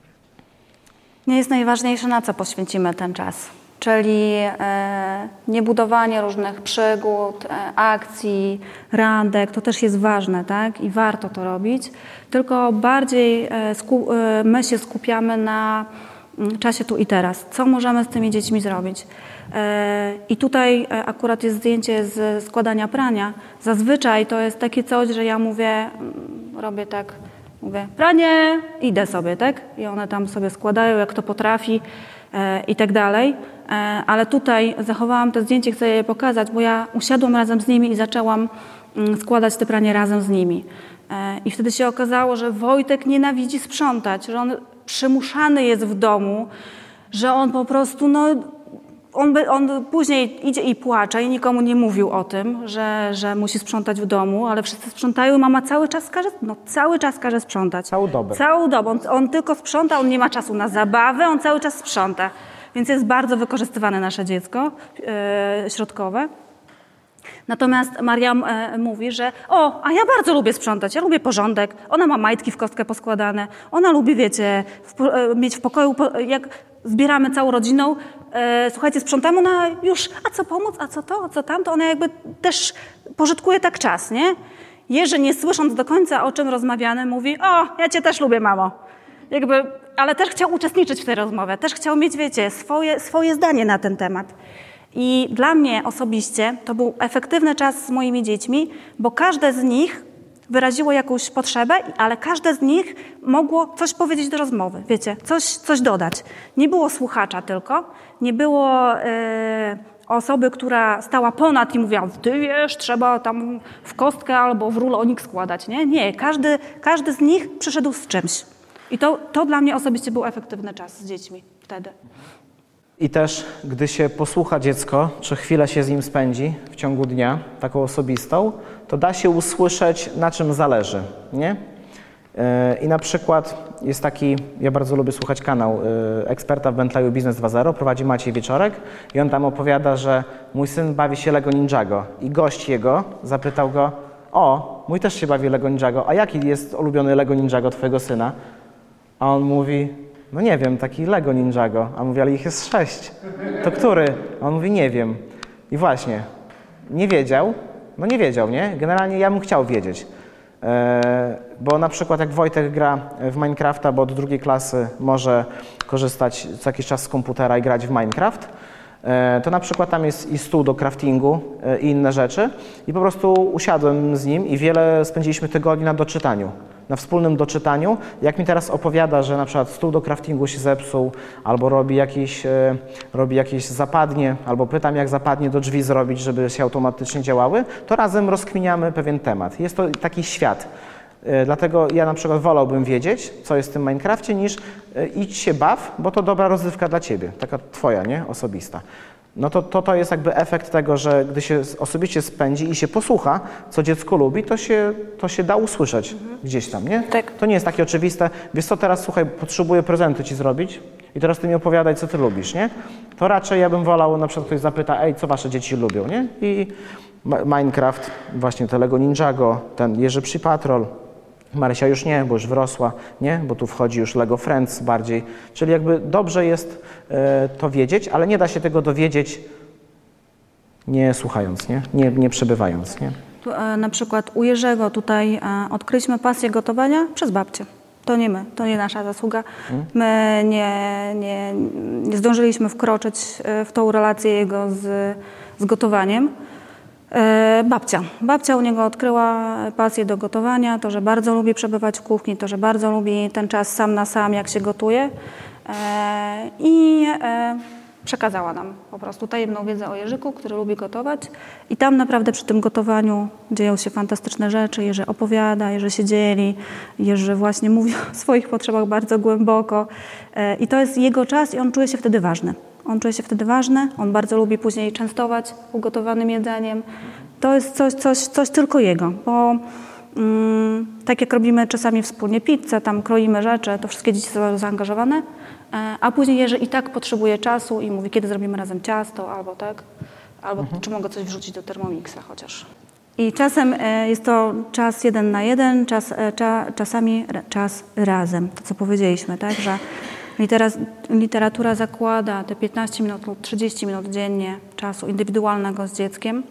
Nie jest najważniejsze, na co poświęcimy ten czas. Czyli nie budowanie różnych przygód, akcji, randek, to też jest ważne, tak? I warto to robić, tylko bardziej my się skupiamy na czasie tu i teraz. Co możemy z tymi dziećmi zrobić? I tutaj akurat jest zdjęcie z składania prania. Zazwyczaj to jest takie coś, że ja mówię, robię tak, mówię pranie, idę sobie, tak? I one tam sobie składają, jak to potrafi i tak dalej. Ale tutaj zachowałam to zdjęcie, chcę je pokazać, bo ja usiadłam razem z nimi i zaczęłam składać te pranie razem z nimi. I wtedy się okazało, że Wojtek nienawidzi sprzątać, że on przymuszany jest w domu, że on po prostu, on później idzie i płacze i nikomu nie mówił o tym, że musi sprzątać w domu, ale wszyscy sprzątają i mama cały czas każe sprzątać. Całą dobę. Całą dobę. On tylko sprząta, on nie ma czasu na zabawę, on cały czas sprząta. Więc jest bardzo wykorzystywane nasze dziecko środkowe. Natomiast Maria mówi, że a ja bardzo lubię sprzątać, ja lubię porządek, ona ma majtki w kostkę poskładane, ona lubi, wiecie, mieć w pokoju, jak zbieramy całą rodziną, słuchajcie, sprzątamy, ona już, a co pomóc, a co to, a co tamto, ona jakby też pożytkuje tak czas, nie? Jerzy, nie słysząc do końca, o czym rozmawiamy, mówi, ja cię też lubię, mamo. Jakby, ale też chciał uczestniczyć w tej rozmowie, też chciał mieć, wiecie, swoje zdanie na ten temat. I dla mnie osobiście to był efektywny czas z moimi dziećmi, bo każde z nich wyraziło jakąś potrzebę, ale każde z nich mogło coś powiedzieć do rozmowy, wiecie, coś dodać. Nie było słuchacza tylko, nie było osoby, która stała ponad i mówiła, ty wiesz, trzeba tam w kostkę albo w rulonik składać, nie? Nie, każdy z nich przyszedł z czymś. I to dla mnie osobiście był efektywny czas z dziećmi wtedy. I też, gdy się posłucha dziecko, czy chwilę się z nim spędzi w ciągu dnia, taką osobistą, to da się usłyszeć, na czym zależy, nie? I na przykład jest taki, ja bardzo lubię słuchać kanał eksperta w Bentley'u Biznes 2.0, prowadzi Maciej Wieczorek i on tam opowiada, że mój syn bawi się Lego Ninjago i gość jego zapytał go, mój też się bawi Lego Ninjago, a jaki jest ulubiony Lego Ninjago twojego syna? A on mówi, no nie wiem, taki Lego Ninjago. A mówi, ale ich jest 6. To który? A on mówi, nie wiem. I właśnie, nie wiedział, nie? Generalnie ja bym chciał wiedzieć. bo na przykład jak Wojtek gra w Minecrafta, bo od 2. klasy może korzystać co jakiś czas z komputera i grać w Minecraft, to na przykład tam jest i stół do craftingu i inne rzeczy i po prostu usiadłem z nim i spędziliśmy tygodni na doczytaniu, na wspólnym doczytaniu. Jak mi teraz opowiada, że na przykład stół do craftingu się zepsuł albo robi jakieś zapadnie, albo pytam, jak zapadnie do drzwi zrobić, żeby się automatycznie działały, to razem rozkminiamy pewien temat. Jest to taki świat. Dlatego ja na przykład wolałbym wiedzieć, co jest w tym Minecrafcie, niż idź się baw, bo to dobra rozrywka dla ciebie, taka twoja, nie? Osobista. No to jest jakby efekt tego, że gdy się osobiście spędzi i się posłucha, co dziecko lubi, to się da usłyszeć gdzieś tam, nie? Tak. To nie jest takie oczywiste. Wiesz co, teraz słuchaj, potrzebuję prezenty ci zrobić i teraz ty mi opowiadaj, co ty lubisz, nie? To raczej ja bym wolał, na przykład ktoś zapyta, co wasze dzieci lubią, nie? I Minecraft, właśnie te Lego Ninjago, ten Jerzy Psi Patrol, Marysia już nie, bo już wrosła, nie? Bo tu wchodzi już Lego Friends bardziej. Czyli jakby dobrze jest to wiedzieć, ale nie da się tego dowiedzieć nie słuchając, nie przebywając. Nie? Na przykład u Jerzego tutaj odkryliśmy pasję gotowania przez babcię. To nie my, to nie nasza zasługa. My nie zdążyliśmy wkroczyć w tą relację jego z gotowaniem. Babcia u niego odkryła pasję do gotowania, to, że bardzo lubi przebywać w kuchni, to, że bardzo lubi ten czas sam na sam, jak się gotuje i przekazała nam po prostu tajemną wiedzę o Jerzyku, który lubi gotować i tam naprawdę przy tym gotowaniu dzieją się fantastyczne rzeczy. Jerzy opowiada, Jerzy się dzieli, Jerzy właśnie mówi o swoich potrzebach bardzo głęboko i to jest jego czas i on czuje się wtedy ważny. On bardzo lubi później częstować ugotowanym jedzeniem. To jest coś tylko jego, bo tak jak robimy czasami wspólnie pizzę, tam kroimy rzeczy, to wszystkie dzieci są zaangażowane, a później Jerzy i tak potrzebuje czasu i mówi, kiedy zrobimy razem ciasto, albo tak, albo czy mogę coś wrzucić do Thermomixa chociaż. I czasem jest to czas 1 na 1, czasami czas razem, to co powiedzieliśmy, tak, że literatura zakłada te 15 minut lub 30 minut dziennie czasu indywidualnego z dzieckiem,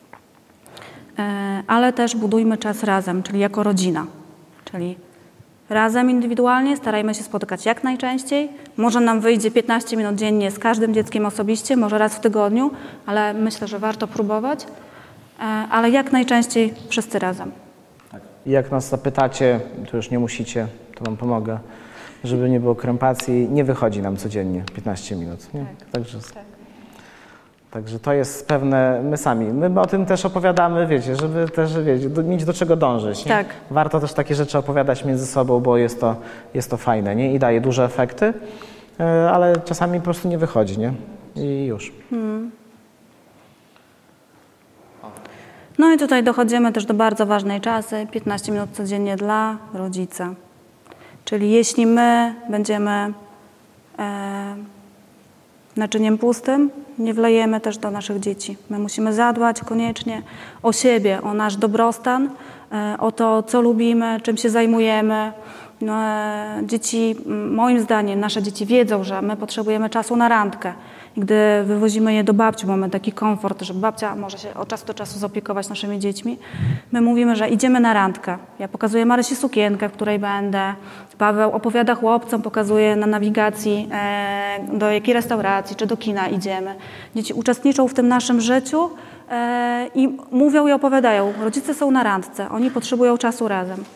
ale też budujmy czas razem, czyli jako rodzina. Czyli razem indywidualnie starajmy się spotykać jak najczęściej. Może nam wyjdzie 15 minut dziennie z każdym dzieckiem osobiście, może raz w tygodniu, ale myślę, że warto próbować, ale jak najczęściej wszyscy razem. Tak. I jak nas zapytacie, to już nie musicie, to wam pomogę. Żeby nie było krępacji, nie wychodzi nam codziennie 15 minut. Nie? Tak. Także to jest pewne, my o tym też opowiadamy, wiecie, żeby też mieć do czego dążyć. Nie? Tak. Warto też takie rzeczy opowiadać między sobą, bo jest to fajne, nie? I daje duże efekty, ale czasami po prostu nie wychodzi, nie? I już. No i tutaj dochodzimy też do bardzo ważnej czasy, 15 minut codziennie dla rodzica. Czyli jeśli my będziemy naczyniem pustym, nie wlejemy też do naszych dzieci. My musimy zadbać koniecznie o siebie, o nasz dobrostan, o to, co lubimy, czym się zajmujemy. Dzieci, moim zdaniem, nasze dzieci wiedzą, że my potrzebujemy czasu na randkę. I gdy wywozimy je do babci, mamy taki komfort, że babcia może się od czasu do czasu zaopiekować naszymi dziećmi. My mówimy, że idziemy na randkę. Ja pokazuję Marysi sukienkę, w której będę. Paweł opowiada chłopcom, pokazuje na nawigacji, do jakiej restauracji czy do kina idziemy. Dzieci uczestniczą w tym naszym życiu i mówią i opowiadają. Rodzice są na randce, oni potrzebują czasu razem.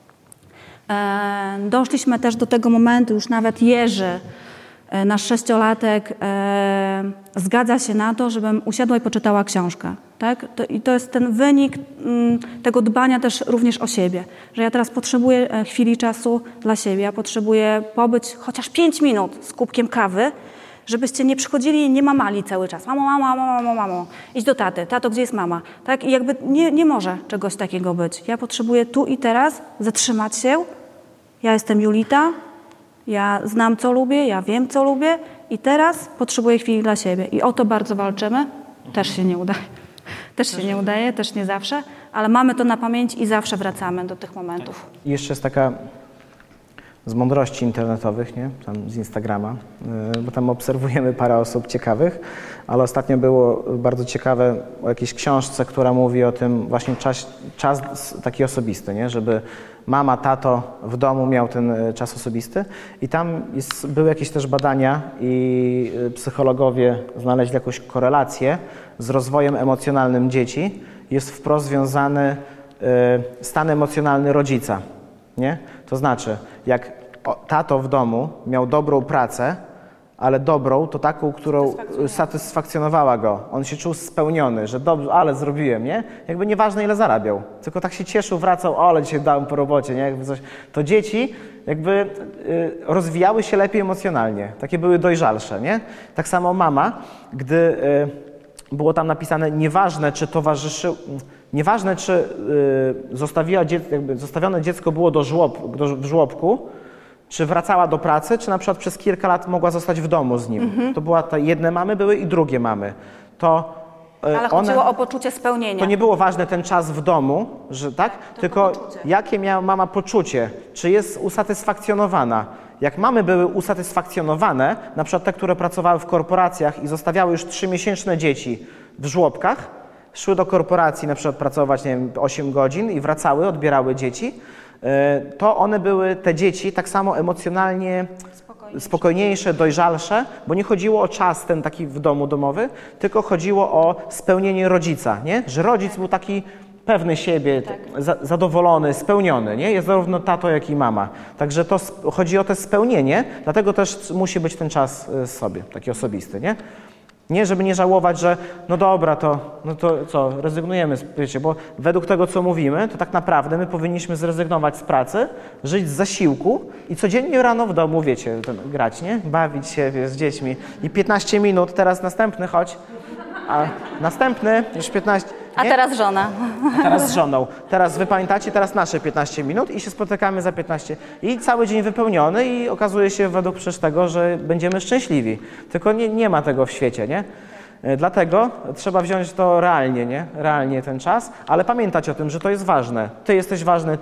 Doszliśmy też do tego momentu, już nawet Jerzy, nasz 6-latek, zgadza się na to, żebym usiadła i poczytała książkę. Tak? I to jest ten wynik tego dbania też również o siebie, że ja teraz potrzebuję chwili czasu dla siebie, ja potrzebuję pobyć chociaż 5 minut z kubkiem kawy, żebyście nie przychodzili i nie mamali cały czas. Mamo, idź do taty. Tato, gdzie jest mama? Tak? I jakby nie może czegoś takiego być. Ja potrzebuję tu i teraz zatrzymać się. Ja jestem Julita, ja znam, co lubię, ja wiem, co lubię i teraz potrzebuję chwili dla siebie. I o to bardzo walczymy. Też się nie udaje. Też nie zawsze, ale mamy to na pamięci i zawsze wracamy do tych momentów. I jeszcze jest taka z mądrości internetowych, nie? Tam z Instagrama, bo tam obserwujemy parę osób ciekawych, ale ostatnio było bardzo ciekawe o jakiejś książce, która mówi o tym właśnie czas taki osobisty, nie? Żeby mama, tato w domu miał ten czas osobisty i tam były jakieś też badania i psychologowie znaleźli jakąś korelację z rozwojem emocjonalnym dzieci. Jest wprost związany stan emocjonalny rodzica, nie? To znaczy, jak tato w domu miał dobrą pracę, ale dobrą, to taką, którą satysfakcjonowała go. On się czuł spełniony, że dobrze, ale zrobiłem, nie? Jakby nieważne ile zarabiał, tylko tak się cieszył, wracał, ale dzisiaj dałem po robocie, nie? Jakby coś. To dzieci jakby rozwijały się lepiej emocjonalnie, takie były dojrzalsze, nie? Tak samo mama, gdy było tam napisane, nieważne czy zostawione dziecko było w żłobku, czy wracała do pracy, czy na przykład przez kilka lat mogła zostać w domu z nim. To była jedne mamy były i drugie mamy. Ale chodziło o poczucie spełnienia. To nie było ważne ten czas w domu, że tak? Tylko jakie miała mama poczucie, czy jest usatysfakcjonowana. Jak mamy były usatysfakcjonowane, na przykład te, które pracowały w korporacjach i zostawiały już 3-miesięczne dzieci w żłobkach, szły do korporacji na przykład pracować, nie wiem, 8 godzin i wracały, odbierały dzieci, to one były, te dzieci, tak samo emocjonalnie spokojniejsze, dojrzalsze, bo nie chodziło o czas ten taki w domu domowy, tylko chodziło o spełnienie rodzica, nie? Że rodzic był taki pewny siebie, zadowolony, spełniony, nie? Jest zarówno tato, jak i mama. Także to chodzi o to spełnienie, dlatego też musi być ten czas sobie, taki osobisty, nie? Nie, żeby nie żałować, że no dobra, to co, rezygnujemy, wiecie, bo według tego, co mówimy, to tak naprawdę my powinniśmy zrezygnować z pracy, żyć z zasiłku i codziennie rano w domu, wiecie, grać, nie? Bawić się, wiesz, z dziećmi. I 15 minut, teraz następny, chodź. A następny, już 15... A teraz żona. A teraz z żoną. Teraz wy pamiętacie, teraz nasze 15 minut i się spotykamy za 15. I cały dzień wypełniony i okazuje się według przecież tego, że będziemy szczęśliwi. Tylko nie ma tego w świecie, nie? Dlatego trzeba wziąć to realnie, nie? Realnie ten czas, ale pamiętać o tym, że to jest ważne. Ty jesteś ważny,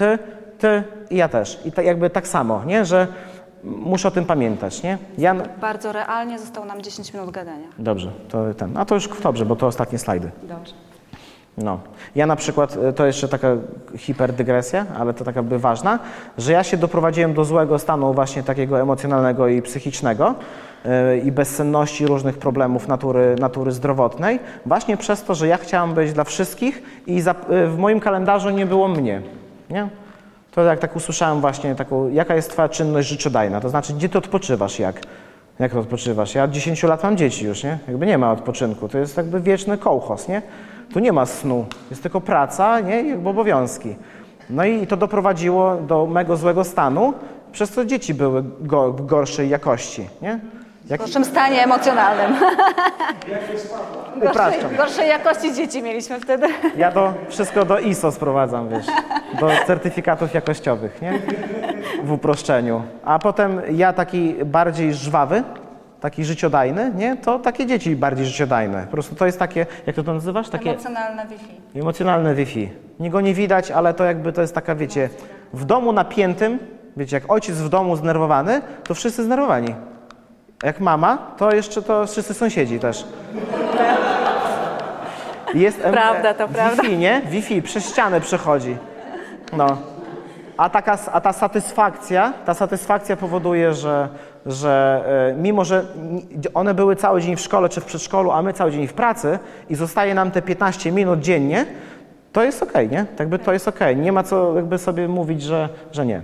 ty i ja też. I jakby tak samo, nie? Że muszę o tym pamiętać, nie? Bardzo realnie zostało nam 10 minut gadania. Dobrze, a to już dobrze, bo to ostatnie slajdy. Dobrze. No. Ja na przykład, to jeszcze taka hiperdygresja, ale to taka by ważna, że ja się doprowadziłem do złego stanu właśnie takiego emocjonalnego i psychicznego i bezsenności, różnych problemów natury zdrowotnej, właśnie przez to, że ja chciałam być dla wszystkich i w moim kalendarzu nie było mnie, nie? To jak tak usłyszałem właśnie taką, jaka jest twoja czynność życiodajna, to znaczy gdzie ty odpoczywasz, jak to odpoczywasz? Ja od 10 lat mam dzieci już, nie? Jakby nie ma odpoczynku, to jest jakby wieczny kołchoz, nie? Tu nie ma snu, jest tylko praca, nie? I jakby obowiązki. No i to doprowadziło do mego złego stanu, przez co dzieci były w gorszej jakości, nie? W gorszym stanie emocjonalnym. Gorszej jakości dzieci mieliśmy wtedy. Ja wszystko do ISO sprowadzam, wiesz, do certyfikatów jakościowych, nie? W uproszczeniu. A potem ja taki bardziej żwawy, taki życiodajny, nie? To takie dzieci bardziej życiodajne. Po prostu to jest takie, jak to nazywasz? Takie emocjonalne Wi-Fi. Emocjonalne Wi-Fi. Niego nie widać, ale to jakby to jest taka, wiecie, w domu napiętym, wiecie, jak ojciec w domu zdenerwowany, to wszyscy zdenerwowani. Jak mama, to jeszcze to wszyscy sąsiedzi też. Jest prawda, to prawda. Wi-Fi, nie? Wi-Fi przez ścianę przechodzi. No. A ta satysfakcja powoduje, że mimo, że one były cały dzień w szkole czy w przedszkolu, a my cały dzień w pracy i zostaje nam te 15 minut dziennie, to jest okej, nie? Jakby to jest okej. Nie ma co jakby sobie mówić, że nie.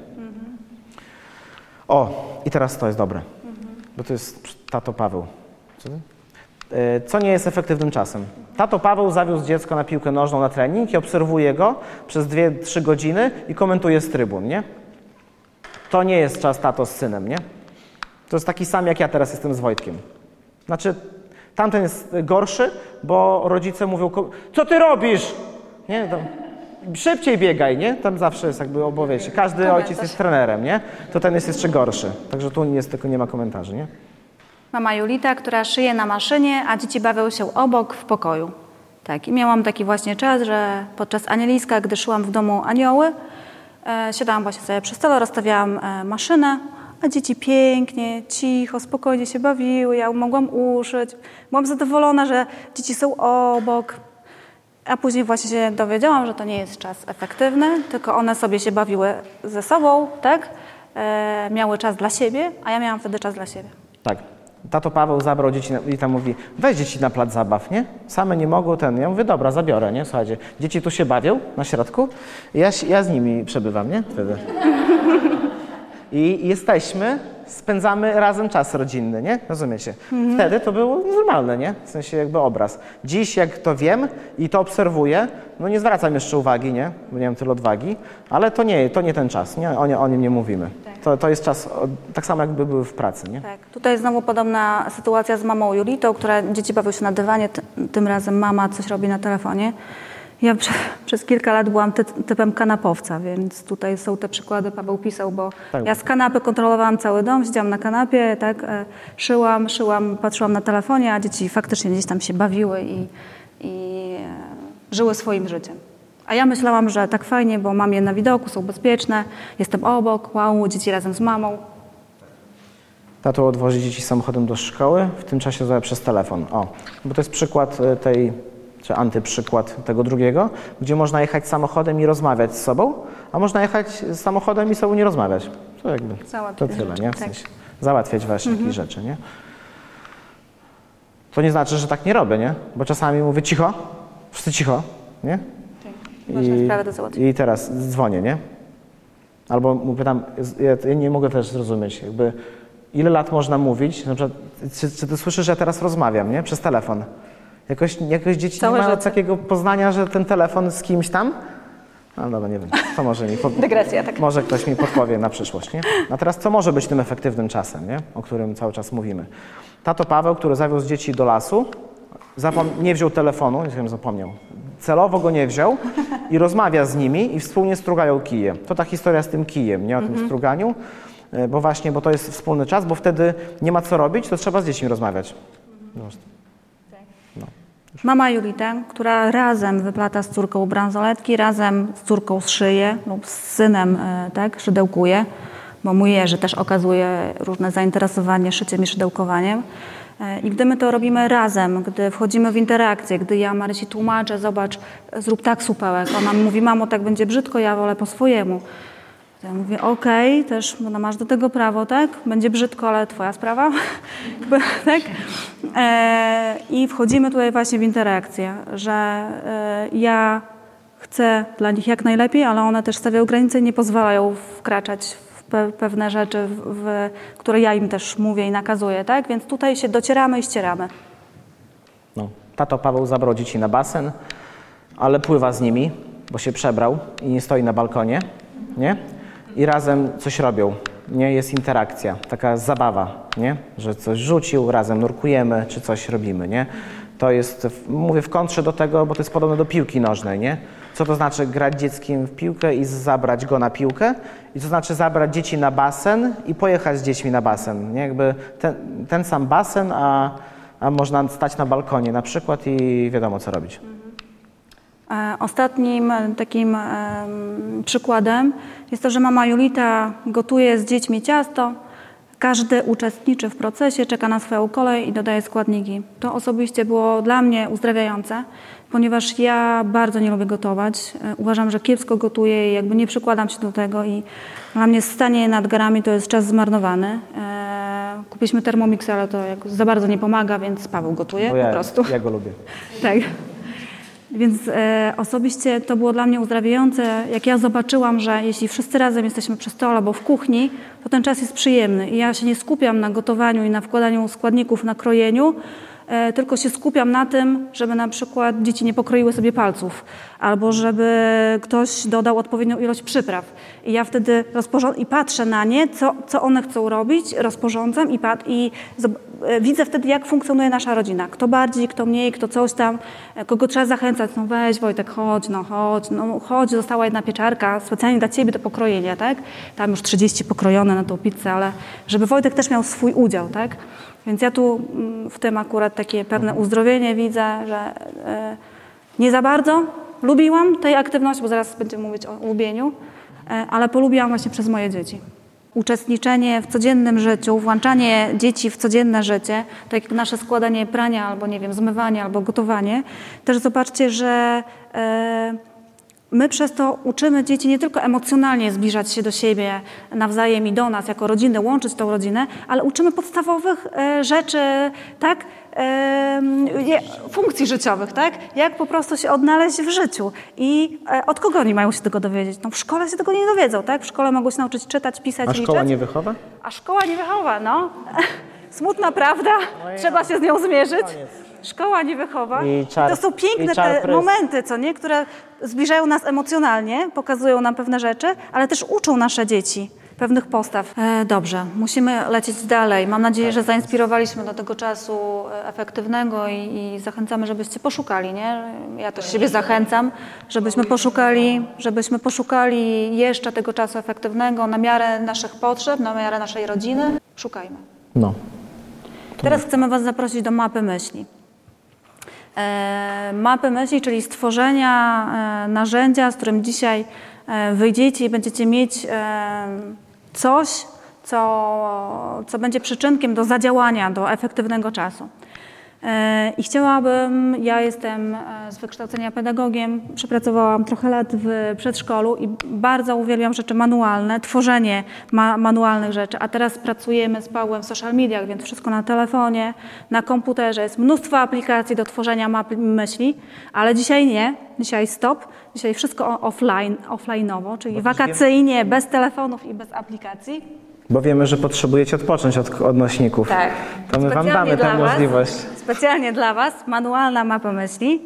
O, i teraz to jest dobre. Bo to jest tato Paweł. Co nie jest efektywnym czasem? Tato Paweł zawiózł dziecko na piłkę nożną na trening i obserwuje go przez 2-3 godziny i komentuje z trybun, nie? To nie jest czas tato z synem, nie? To jest taki sam, jak ja teraz jestem z Wojtkiem. Znaczy, tamten jest gorszy, bo rodzice mówią, co ty robisz? Nie? Szybciej biegaj, nie? Tam zawsze jest jakby obowiecie. Każdy ojciec jest trenerem, nie? To ten jest jeszcze gorszy. Także tu tylko nie ma komentarzy, nie? Mama Julita, która szyje na maszynie, a dzieci bawią się obok w pokoju. Tak, i miałam taki właśnie czas, że podczas anieliska, gdy szyłam w domu anioły, siadałam właśnie sobie przy stole, rozstawiałam maszynę, a dzieci pięknie, cicho, spokojnie się bawiły, ja mogłam uszyć. Byłam zadowolona, że dzieci są obok. A później właśnie się dowiedziałam, że to nie jest czas efektywny, tylko one sobie się bawiły ze sobą, tak? Miały czas dla siebie, a ja miałam wtedy czas dla siebie. Tak. Tato Paweł zabrał dzieci i tam mówi, weź dzieci na plac zabaw, nie? Same nie mogą, Ja mówię, dobra, zabiorę, nie? Słuchajcie, dzieci tu się bawią na środku, ja z nimi przebywam, nie? Wtedy. I spędzamy razem czas rodzinny, nie? Rozumiecie? Wtedy to było normalne, nie? W sensie jakby obraz. Dziś, jak to wiem i to obserwuję, no nie zwracam jeszcze uwagi, nie? Bo nie mam tyle odwagi, ale to nie ten czas, nie? O nim nie mówimy. To jest czas, tak samo jakby były w pracy, nie? Tak. Tutaj znowu podobna sytuacja z mamą Julitą, która dzieci bawią się na dywanie, tym razem mama coś robi na telefonie. Ja przez kilka lat byłam typem kanapowca, więc tutaj są te przykłady, Paweł pisał, bo ja z kanapy kontrolowałam cały dom, siedziałam na kanapie, tak, szyłam, patrzyłam na telefonie, a dzieci faktycznie gdzieś tam się bawiły i żyły swoim życiem. A ja myślałam, że tak fajnie, bo mam je na widoku, są bezpieczne, jestem obok, wow, dzieci razem z mamą. Tato odwozi dzieci samochodem do szkoły, w tym czasie rozmawia przez telefon. Bo to jest przykład czy antyprzykład tego drugiego, gdzie można jechać samochodem i rozmawiać z sobą, a można jechać z samochodem i z sobą nie rozmawiać. To jakby to tyle, nie? W sensie załatwiać właśnie jakieś rzeczy, nie? To nie znaczy, że tak nie robię, nie? Bo czasami mówię cicho, wszyscy cicho, nie? Ważne sprawy do załatwić. I teraz dzwonię, nie? Albo mu pytam, ja nie mogę też zrozumieć, jakby ile lat można mówić, na przykład, czy ty słyszysz, że ja teraz rozmawiam, nie? Przez telefon. Jakoś dzieci nie mają takiego poznania, że ten telefon z kimś tam? No dobra, nie wiem, to może mi Dygresja, tak. Może ktoś mi podpowie na przyszłość, nie? A teraz co może być tym efektywnym czasem, nie? O którym cały czas mówimy. Tato Paweł, który zawiózł dzieci do lasu, nie wziął telefonu, nie wiem, zapomniał. Celowo go nie wziął i rozmawia z nimi i wspólnie strugają kije. To ta historia z tym kijem, nie? O tym struganiu, bo to jest wspólny czas, bo wtedy nie ma co robić, to trzeba z dziećmi rozmawiać. Mama Julita, która razem wyplata z córką bransoletki, razem z córką szyje lub z synem tak, szydełkuje, bo mój Jerzy też okazuje różne zainteresowanie szyciem i szydełkowaniem. I gdy my to robimy razem, gdy wchodzimy w interakcję, gdy ja Marysi tłumaczę, zobacz, zrób tak supełek, ona mówi, mamo, tak będzie brzydko, ja wolę po swojemu. Ja mówię, okej, też no masz do tego prawo, tak? Będzie brzydko, ale twoja sprawa. Tak? I wchodzimy tutaj właśnie w interakcję, że ja chcę dla nich jak najlepiej, ale one też stawiają granice i nie pozwalają wkraczać w pewne rzeczy, które ja im też mówię i nakazuję, tak? Więc tutaj się docieramy i ścieramy. No. Tato Paweł zabrał dzieci na basen, ale pływa z nimi, bo się przebrał i nie stoi na balkonie, nie? I razem coś robią, nie? Jest interakcja, taka zabawa, nie? Że coś rzucił, razem nurkujemy, czy coś robimy, nie? To jest, mówię w kontrze do tego, bo to jest podobne do piłki nożnej, nie? Co to znaczy grać dzieckiem w piłkę i zabrać go na piłkę? I co znaczy zabrać dzieci na basen i pojechać z dziećmi na basen, nie? Jakby ten sam basen, a można stać na balkonie na przykład i wiadomo co robić. Ostatnim takim przykładem jest to, że mama Julita gotuje z dziećmi ciasto. Każdy uczestniczy w procesie, czeka na swoją kolej i dodaje składniki. To osobiście było dla mnie uzdrawiające, ponieważ ja bardzo nie lubię gotować. Uważam, że kiepsko gotuję i jakby nie przykładam się do tego i dla mnie stanie nad garami to jest czas zmarnowany. Kupiliśmy Thermomix, ale to za bardzo nie pomaga, więc Paweł gotuje po prostu. Ja go lubię. Tak. Więc osobiście to było dla mnie uzdrawiające, jak ja zobaczyłam, że jeśli wszyscy razem jesteśmy przy stole albo w kuchni, to ten czas jest przyjemny i ja się nie skupiam na gotowaniu i na wkładaniu składników, na krojeniu, tylko się skupiam na tym, żeby na przykład dzieci nie pokroiły sobie palców albo żeby ktoś dodał odpowiednią ilość przypraw. I ja wtedy patrzę na nie, co one chcą robić, rozporządzam i widzę wtedy, jak funkcjonuje nasza rodzina. Kto bardziej, kto mniej, kto coś tam, kogo trzeba zachęcać. No weź Wojtek, chodź, została jedna pieczarka, specjalnie dla ciebie do pokrojenia, tak? Tam już 30 pokrojone na tą pizzę, ale żeby Wojtek też miał swój udział, tak? Więc ja tu w tym akurat takie pewne uzdrowienie widzę, że nie za bardzo lubiłam tej aktywności, bo zaraz będziemy mówić o lubieniu, ale polubiłam właśnie przez moje dzieci. uczestniczenie w codziennym życiu, włączanie dzieci w codzienne życie, tak jak nasze składanie prania albo, nie wiem, zmywanie albo gotowanie, też zobaczcie, że my przez to uczymy dzieci nie tylko emocjonalnie zbliżać się do siebie nawzajem i do nas jako rodziny, łączyć tą rodzinę, ale uczymy podstawowych rzeczy, tak? Funkcji życiowych, tak? Jak po prostu się odnaleźć w życiu. I od kogo oni mają się tego dowiedzieć? No w szkole się tego nie dowiedzą, tak? W szkole mogą się nauczyć czytać, pisać, liczyć. A szkoła nie wychowa? A szkoła nie wychowa, no. Smutna prawda, trzeba się z nią zmierzyć. Szkoła nie wychowa. To są piękne te momenty, co nie? Które zbliżają nas emocjonalnie, pokazują nam pewne rzeczy, ale też uczą nasze dzieci pewnych postaw. Dobrze, musimy lecieć dalej. Mam nadzieję, że zainspirowaliśmy do tego czasu efektywnego i zachęcamy, żebyście poszukali, nie? Ja też siebie zachęcam, żebyśmy poszukali jeszcze tego czasu efektywnego na miarę naszych potrzeb, na miarę naszej rodziny. Szukajmy. No. Teraz chcemy Was zaprosić do mapy myśli. Mapy myśli, czyli stworzenia narzędzia, z którym dzisiaj wyjdziecie i będziecie mieć coś, co będzie przyczynkiem do zadziałania, do efektywnego czasu. I chciałabym, ja jestem z wykształcenia pedagogiem, przepracowałam trochę lat w przedszkolu i bardzo uwielbiam rzeczy manualne, tworzenie manualnych rzeczy, a teraz pracujemy z Pawłem w social mediach, więc wszystko na telefonie, na komputerze, jest mnóstwo aplikacji do tworzenia map myśli, ale dzisiaj nie, dzisiaj stop, dzisiaj wszystko offline'owo, czyli wakacyjnie, bez telefonów i bez aplikacji. Bo wiemy, że potrzebujecie odpocząć od odnośników. Tak. To my Wam damy tę możliwość. Specjalnie dla Was manualna mapa myśli.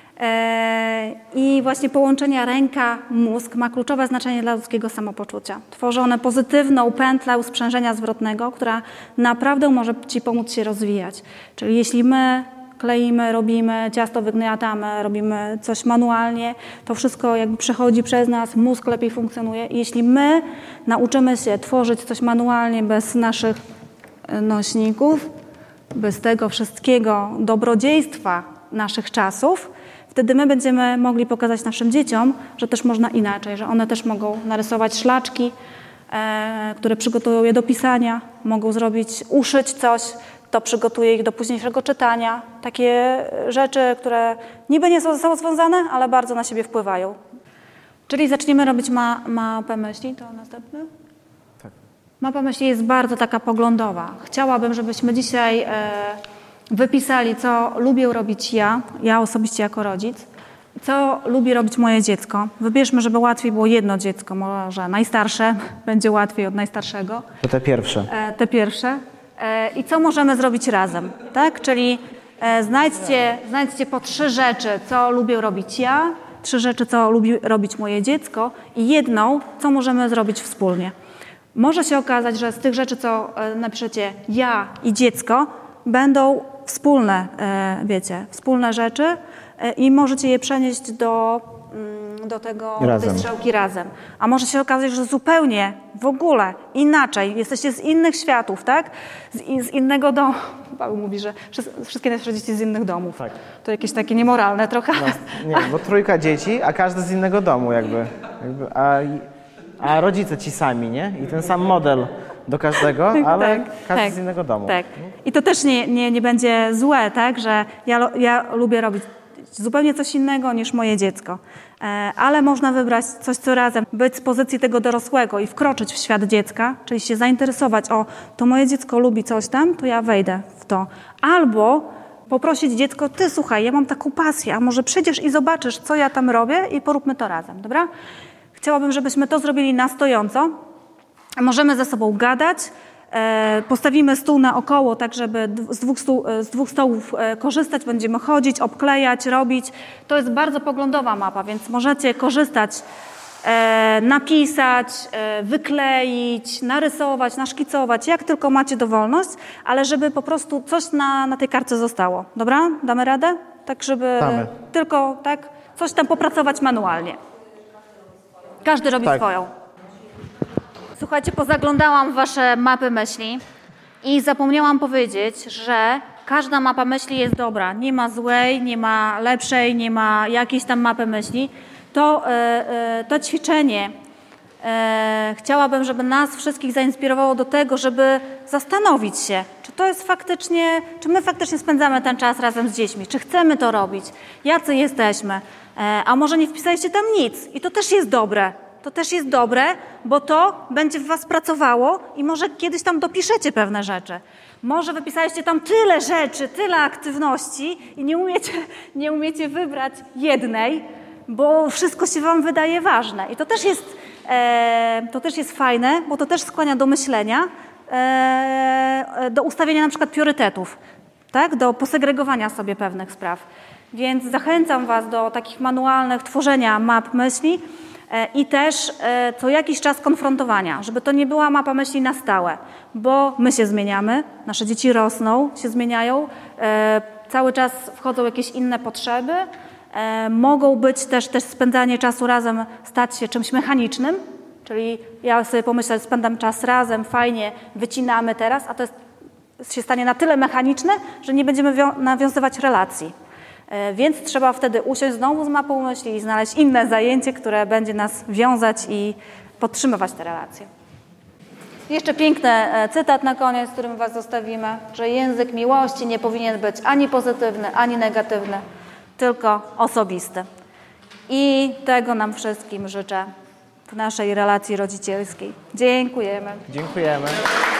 I właśnie połączenia ręka-mózg ma kluczowe znaczenie dla ludzkiego samopoczucia. Tworzy one pozytywną pętlę usprzężenia zwrotnego, która naprawdę może Ci pomóc się rozwijać. Czyli jeśli my kleimy, robimy, ciasto wygniatamy, robimy coś manualnie, to wszystko jakby przechodzi przez nas, mózg lepiej funkcjonuje. I jeśli my nauczymy się tworzyć coś manualnie bez naszych nośników, bez tego wszystkiego dobrodziejstwa naszych czasów, wtedy my będziemy mogli pokazać naszym dzieciom, że też można inaczej, że one też mogą narysować szlaczki, które przygotują je do pisania, mogą uszyć coś, to przygotuje ich do późniejszego czytania. Takie rzeczy, które niby nie są ze sobą związane, ale bardzo na siebie wpływają. Czyli zaczniemy robić mapę myśli. To następny? Tak. Mapa myśli jest bardzo taka poglądowa. Chciałabym, żebyśmy dzisiaj wypisali, co lubię robić ja osobiście jako rodzic, co lubi robić moje dziecko. Wybierzmy, żeby łatwiej było jedno dziecko, może najstarsze, będzie łatwiej od najstarszego. To te pierwsze. Te pierwsze. I co możemy zrobić razem, tak? Czyli znajdźcie po 3 rzeczy, co lubię robić ja, 3 rzeczy, co lubi robić moje dziecko i jedną, co możemy zrobić wspólnie. Może się okazać, że z tych rzeczy, co napiszecie ja i dziecko, będą wspólne, wspólne rzeczy i możecie je przenieść do tej strzałki razem. A może się okazać, że zupełnie, w ogóle inaczej, jesteście z innych światów, tak? Z innego domu. Paweł mówi, że wszystkie nasze dzieci z innych domów. Tak. To jakieś takie niemoralne trochę. No, nie, bo 3 dzieci, a każdy z innego domu a rodzice ci sami, nie? I ten sam model do każdego, ale każdy z innego domu. Tak. I to też nie będzie złe, tak? Że ja lubię robić zupełnie coś innego niż moje dziecko. Ale można wybrać coś, co razem, być z pozycji tego dorosłego i wkroczyć w świat dziecka, czyli się zainteresować, to moje dziecko lubi coś tam, to ja wejdę w to. Albo poprosić dziecko, ty słuchaj, ja mam taką pasję, a może przyjdziesz i zobaczysz, co ja tam robię i poróbmy to razem, dobra? Chciałabym, żebyśmy to zrobili na stojąco. Możemy ze sobą gadać, postawimy stół naokoło, tak żeby z dwóch stołów korzystać, będziemy chodzić, obklejać, robić. To jest bardzo poglądowa mapa, więc możecie korzystać, napisać, wykleić, narysować, naszkicować, jak tylko macie dowolność, ale żeby po prostu coś na tej kartce zostało. Dobra? Damy radę? Tak, żeby tylko tak coś tam popracować manualnie. Każdy robi swoją. Słuchajcie, pozaglądałam w wasze mapy myśli i zapomniałam powiedzieć, że każda mapa myśli jest dobra. Nie ma złej, nie ma lepszej, nie ma jakiejś tam mapy myśli. To ćwiczenie Chciałabym, żeby nas wszystkich zainspirowało do tego, żeby zastanowić się, czy my faktycznie spędzamy ten czas razem z dziećmi, czy chcemy to robić, jacy jesteśmy, a może nie wpisaliście tam nic i to też jest dobre. To też jest dobre, bo to będzie w was pracowało i może kiedyś tam dopiszecie pewne rzeczy. Może wypisaliście tam tyle rzeczy, tyle aktywności i nie umiecie wybrać jednej, bo wszystko się wam wydaje ważne. I to też jest fajne, bo to też skłania do myślenia, do ustawienia na przykład priorytetów, tak? Do posegregowania sobie pewnych spraw. Więc zachęcam was do takich manualnych tworzenia map myśli i też co jakiś czas konfrontowania, żeby to nie była mapa myśli na stałe, bo my się zmieniamy, nasze dzieci rosną, się zmieniają, cały czas wchodzą jakieś inne potrzeby, mogą być też spędzanie czasu razem stać się czymś mechanicznym, czyli ja sobie pomyślę, spędzam czas razem, fajnie, wycinamy teraz, a to się stanie na tyle mechaniczne, że nie będziemy nawiązywać relacji. Więc trzeba wtedy usiąść znowu z mapą myśli i znaleźć inne zajęcie, które będzie nas wiązać i podtrzymywać te relacje. Jeszcze piękny cytat na koniec, z którym was zostawimy, że język miłości nie powinien być ani pozytywny, ani negatywny, tylko osobisty. I tego nam wszystkim życzę w naszej relacji rodzicielskiej. Dziękujemy. Dziękujemy.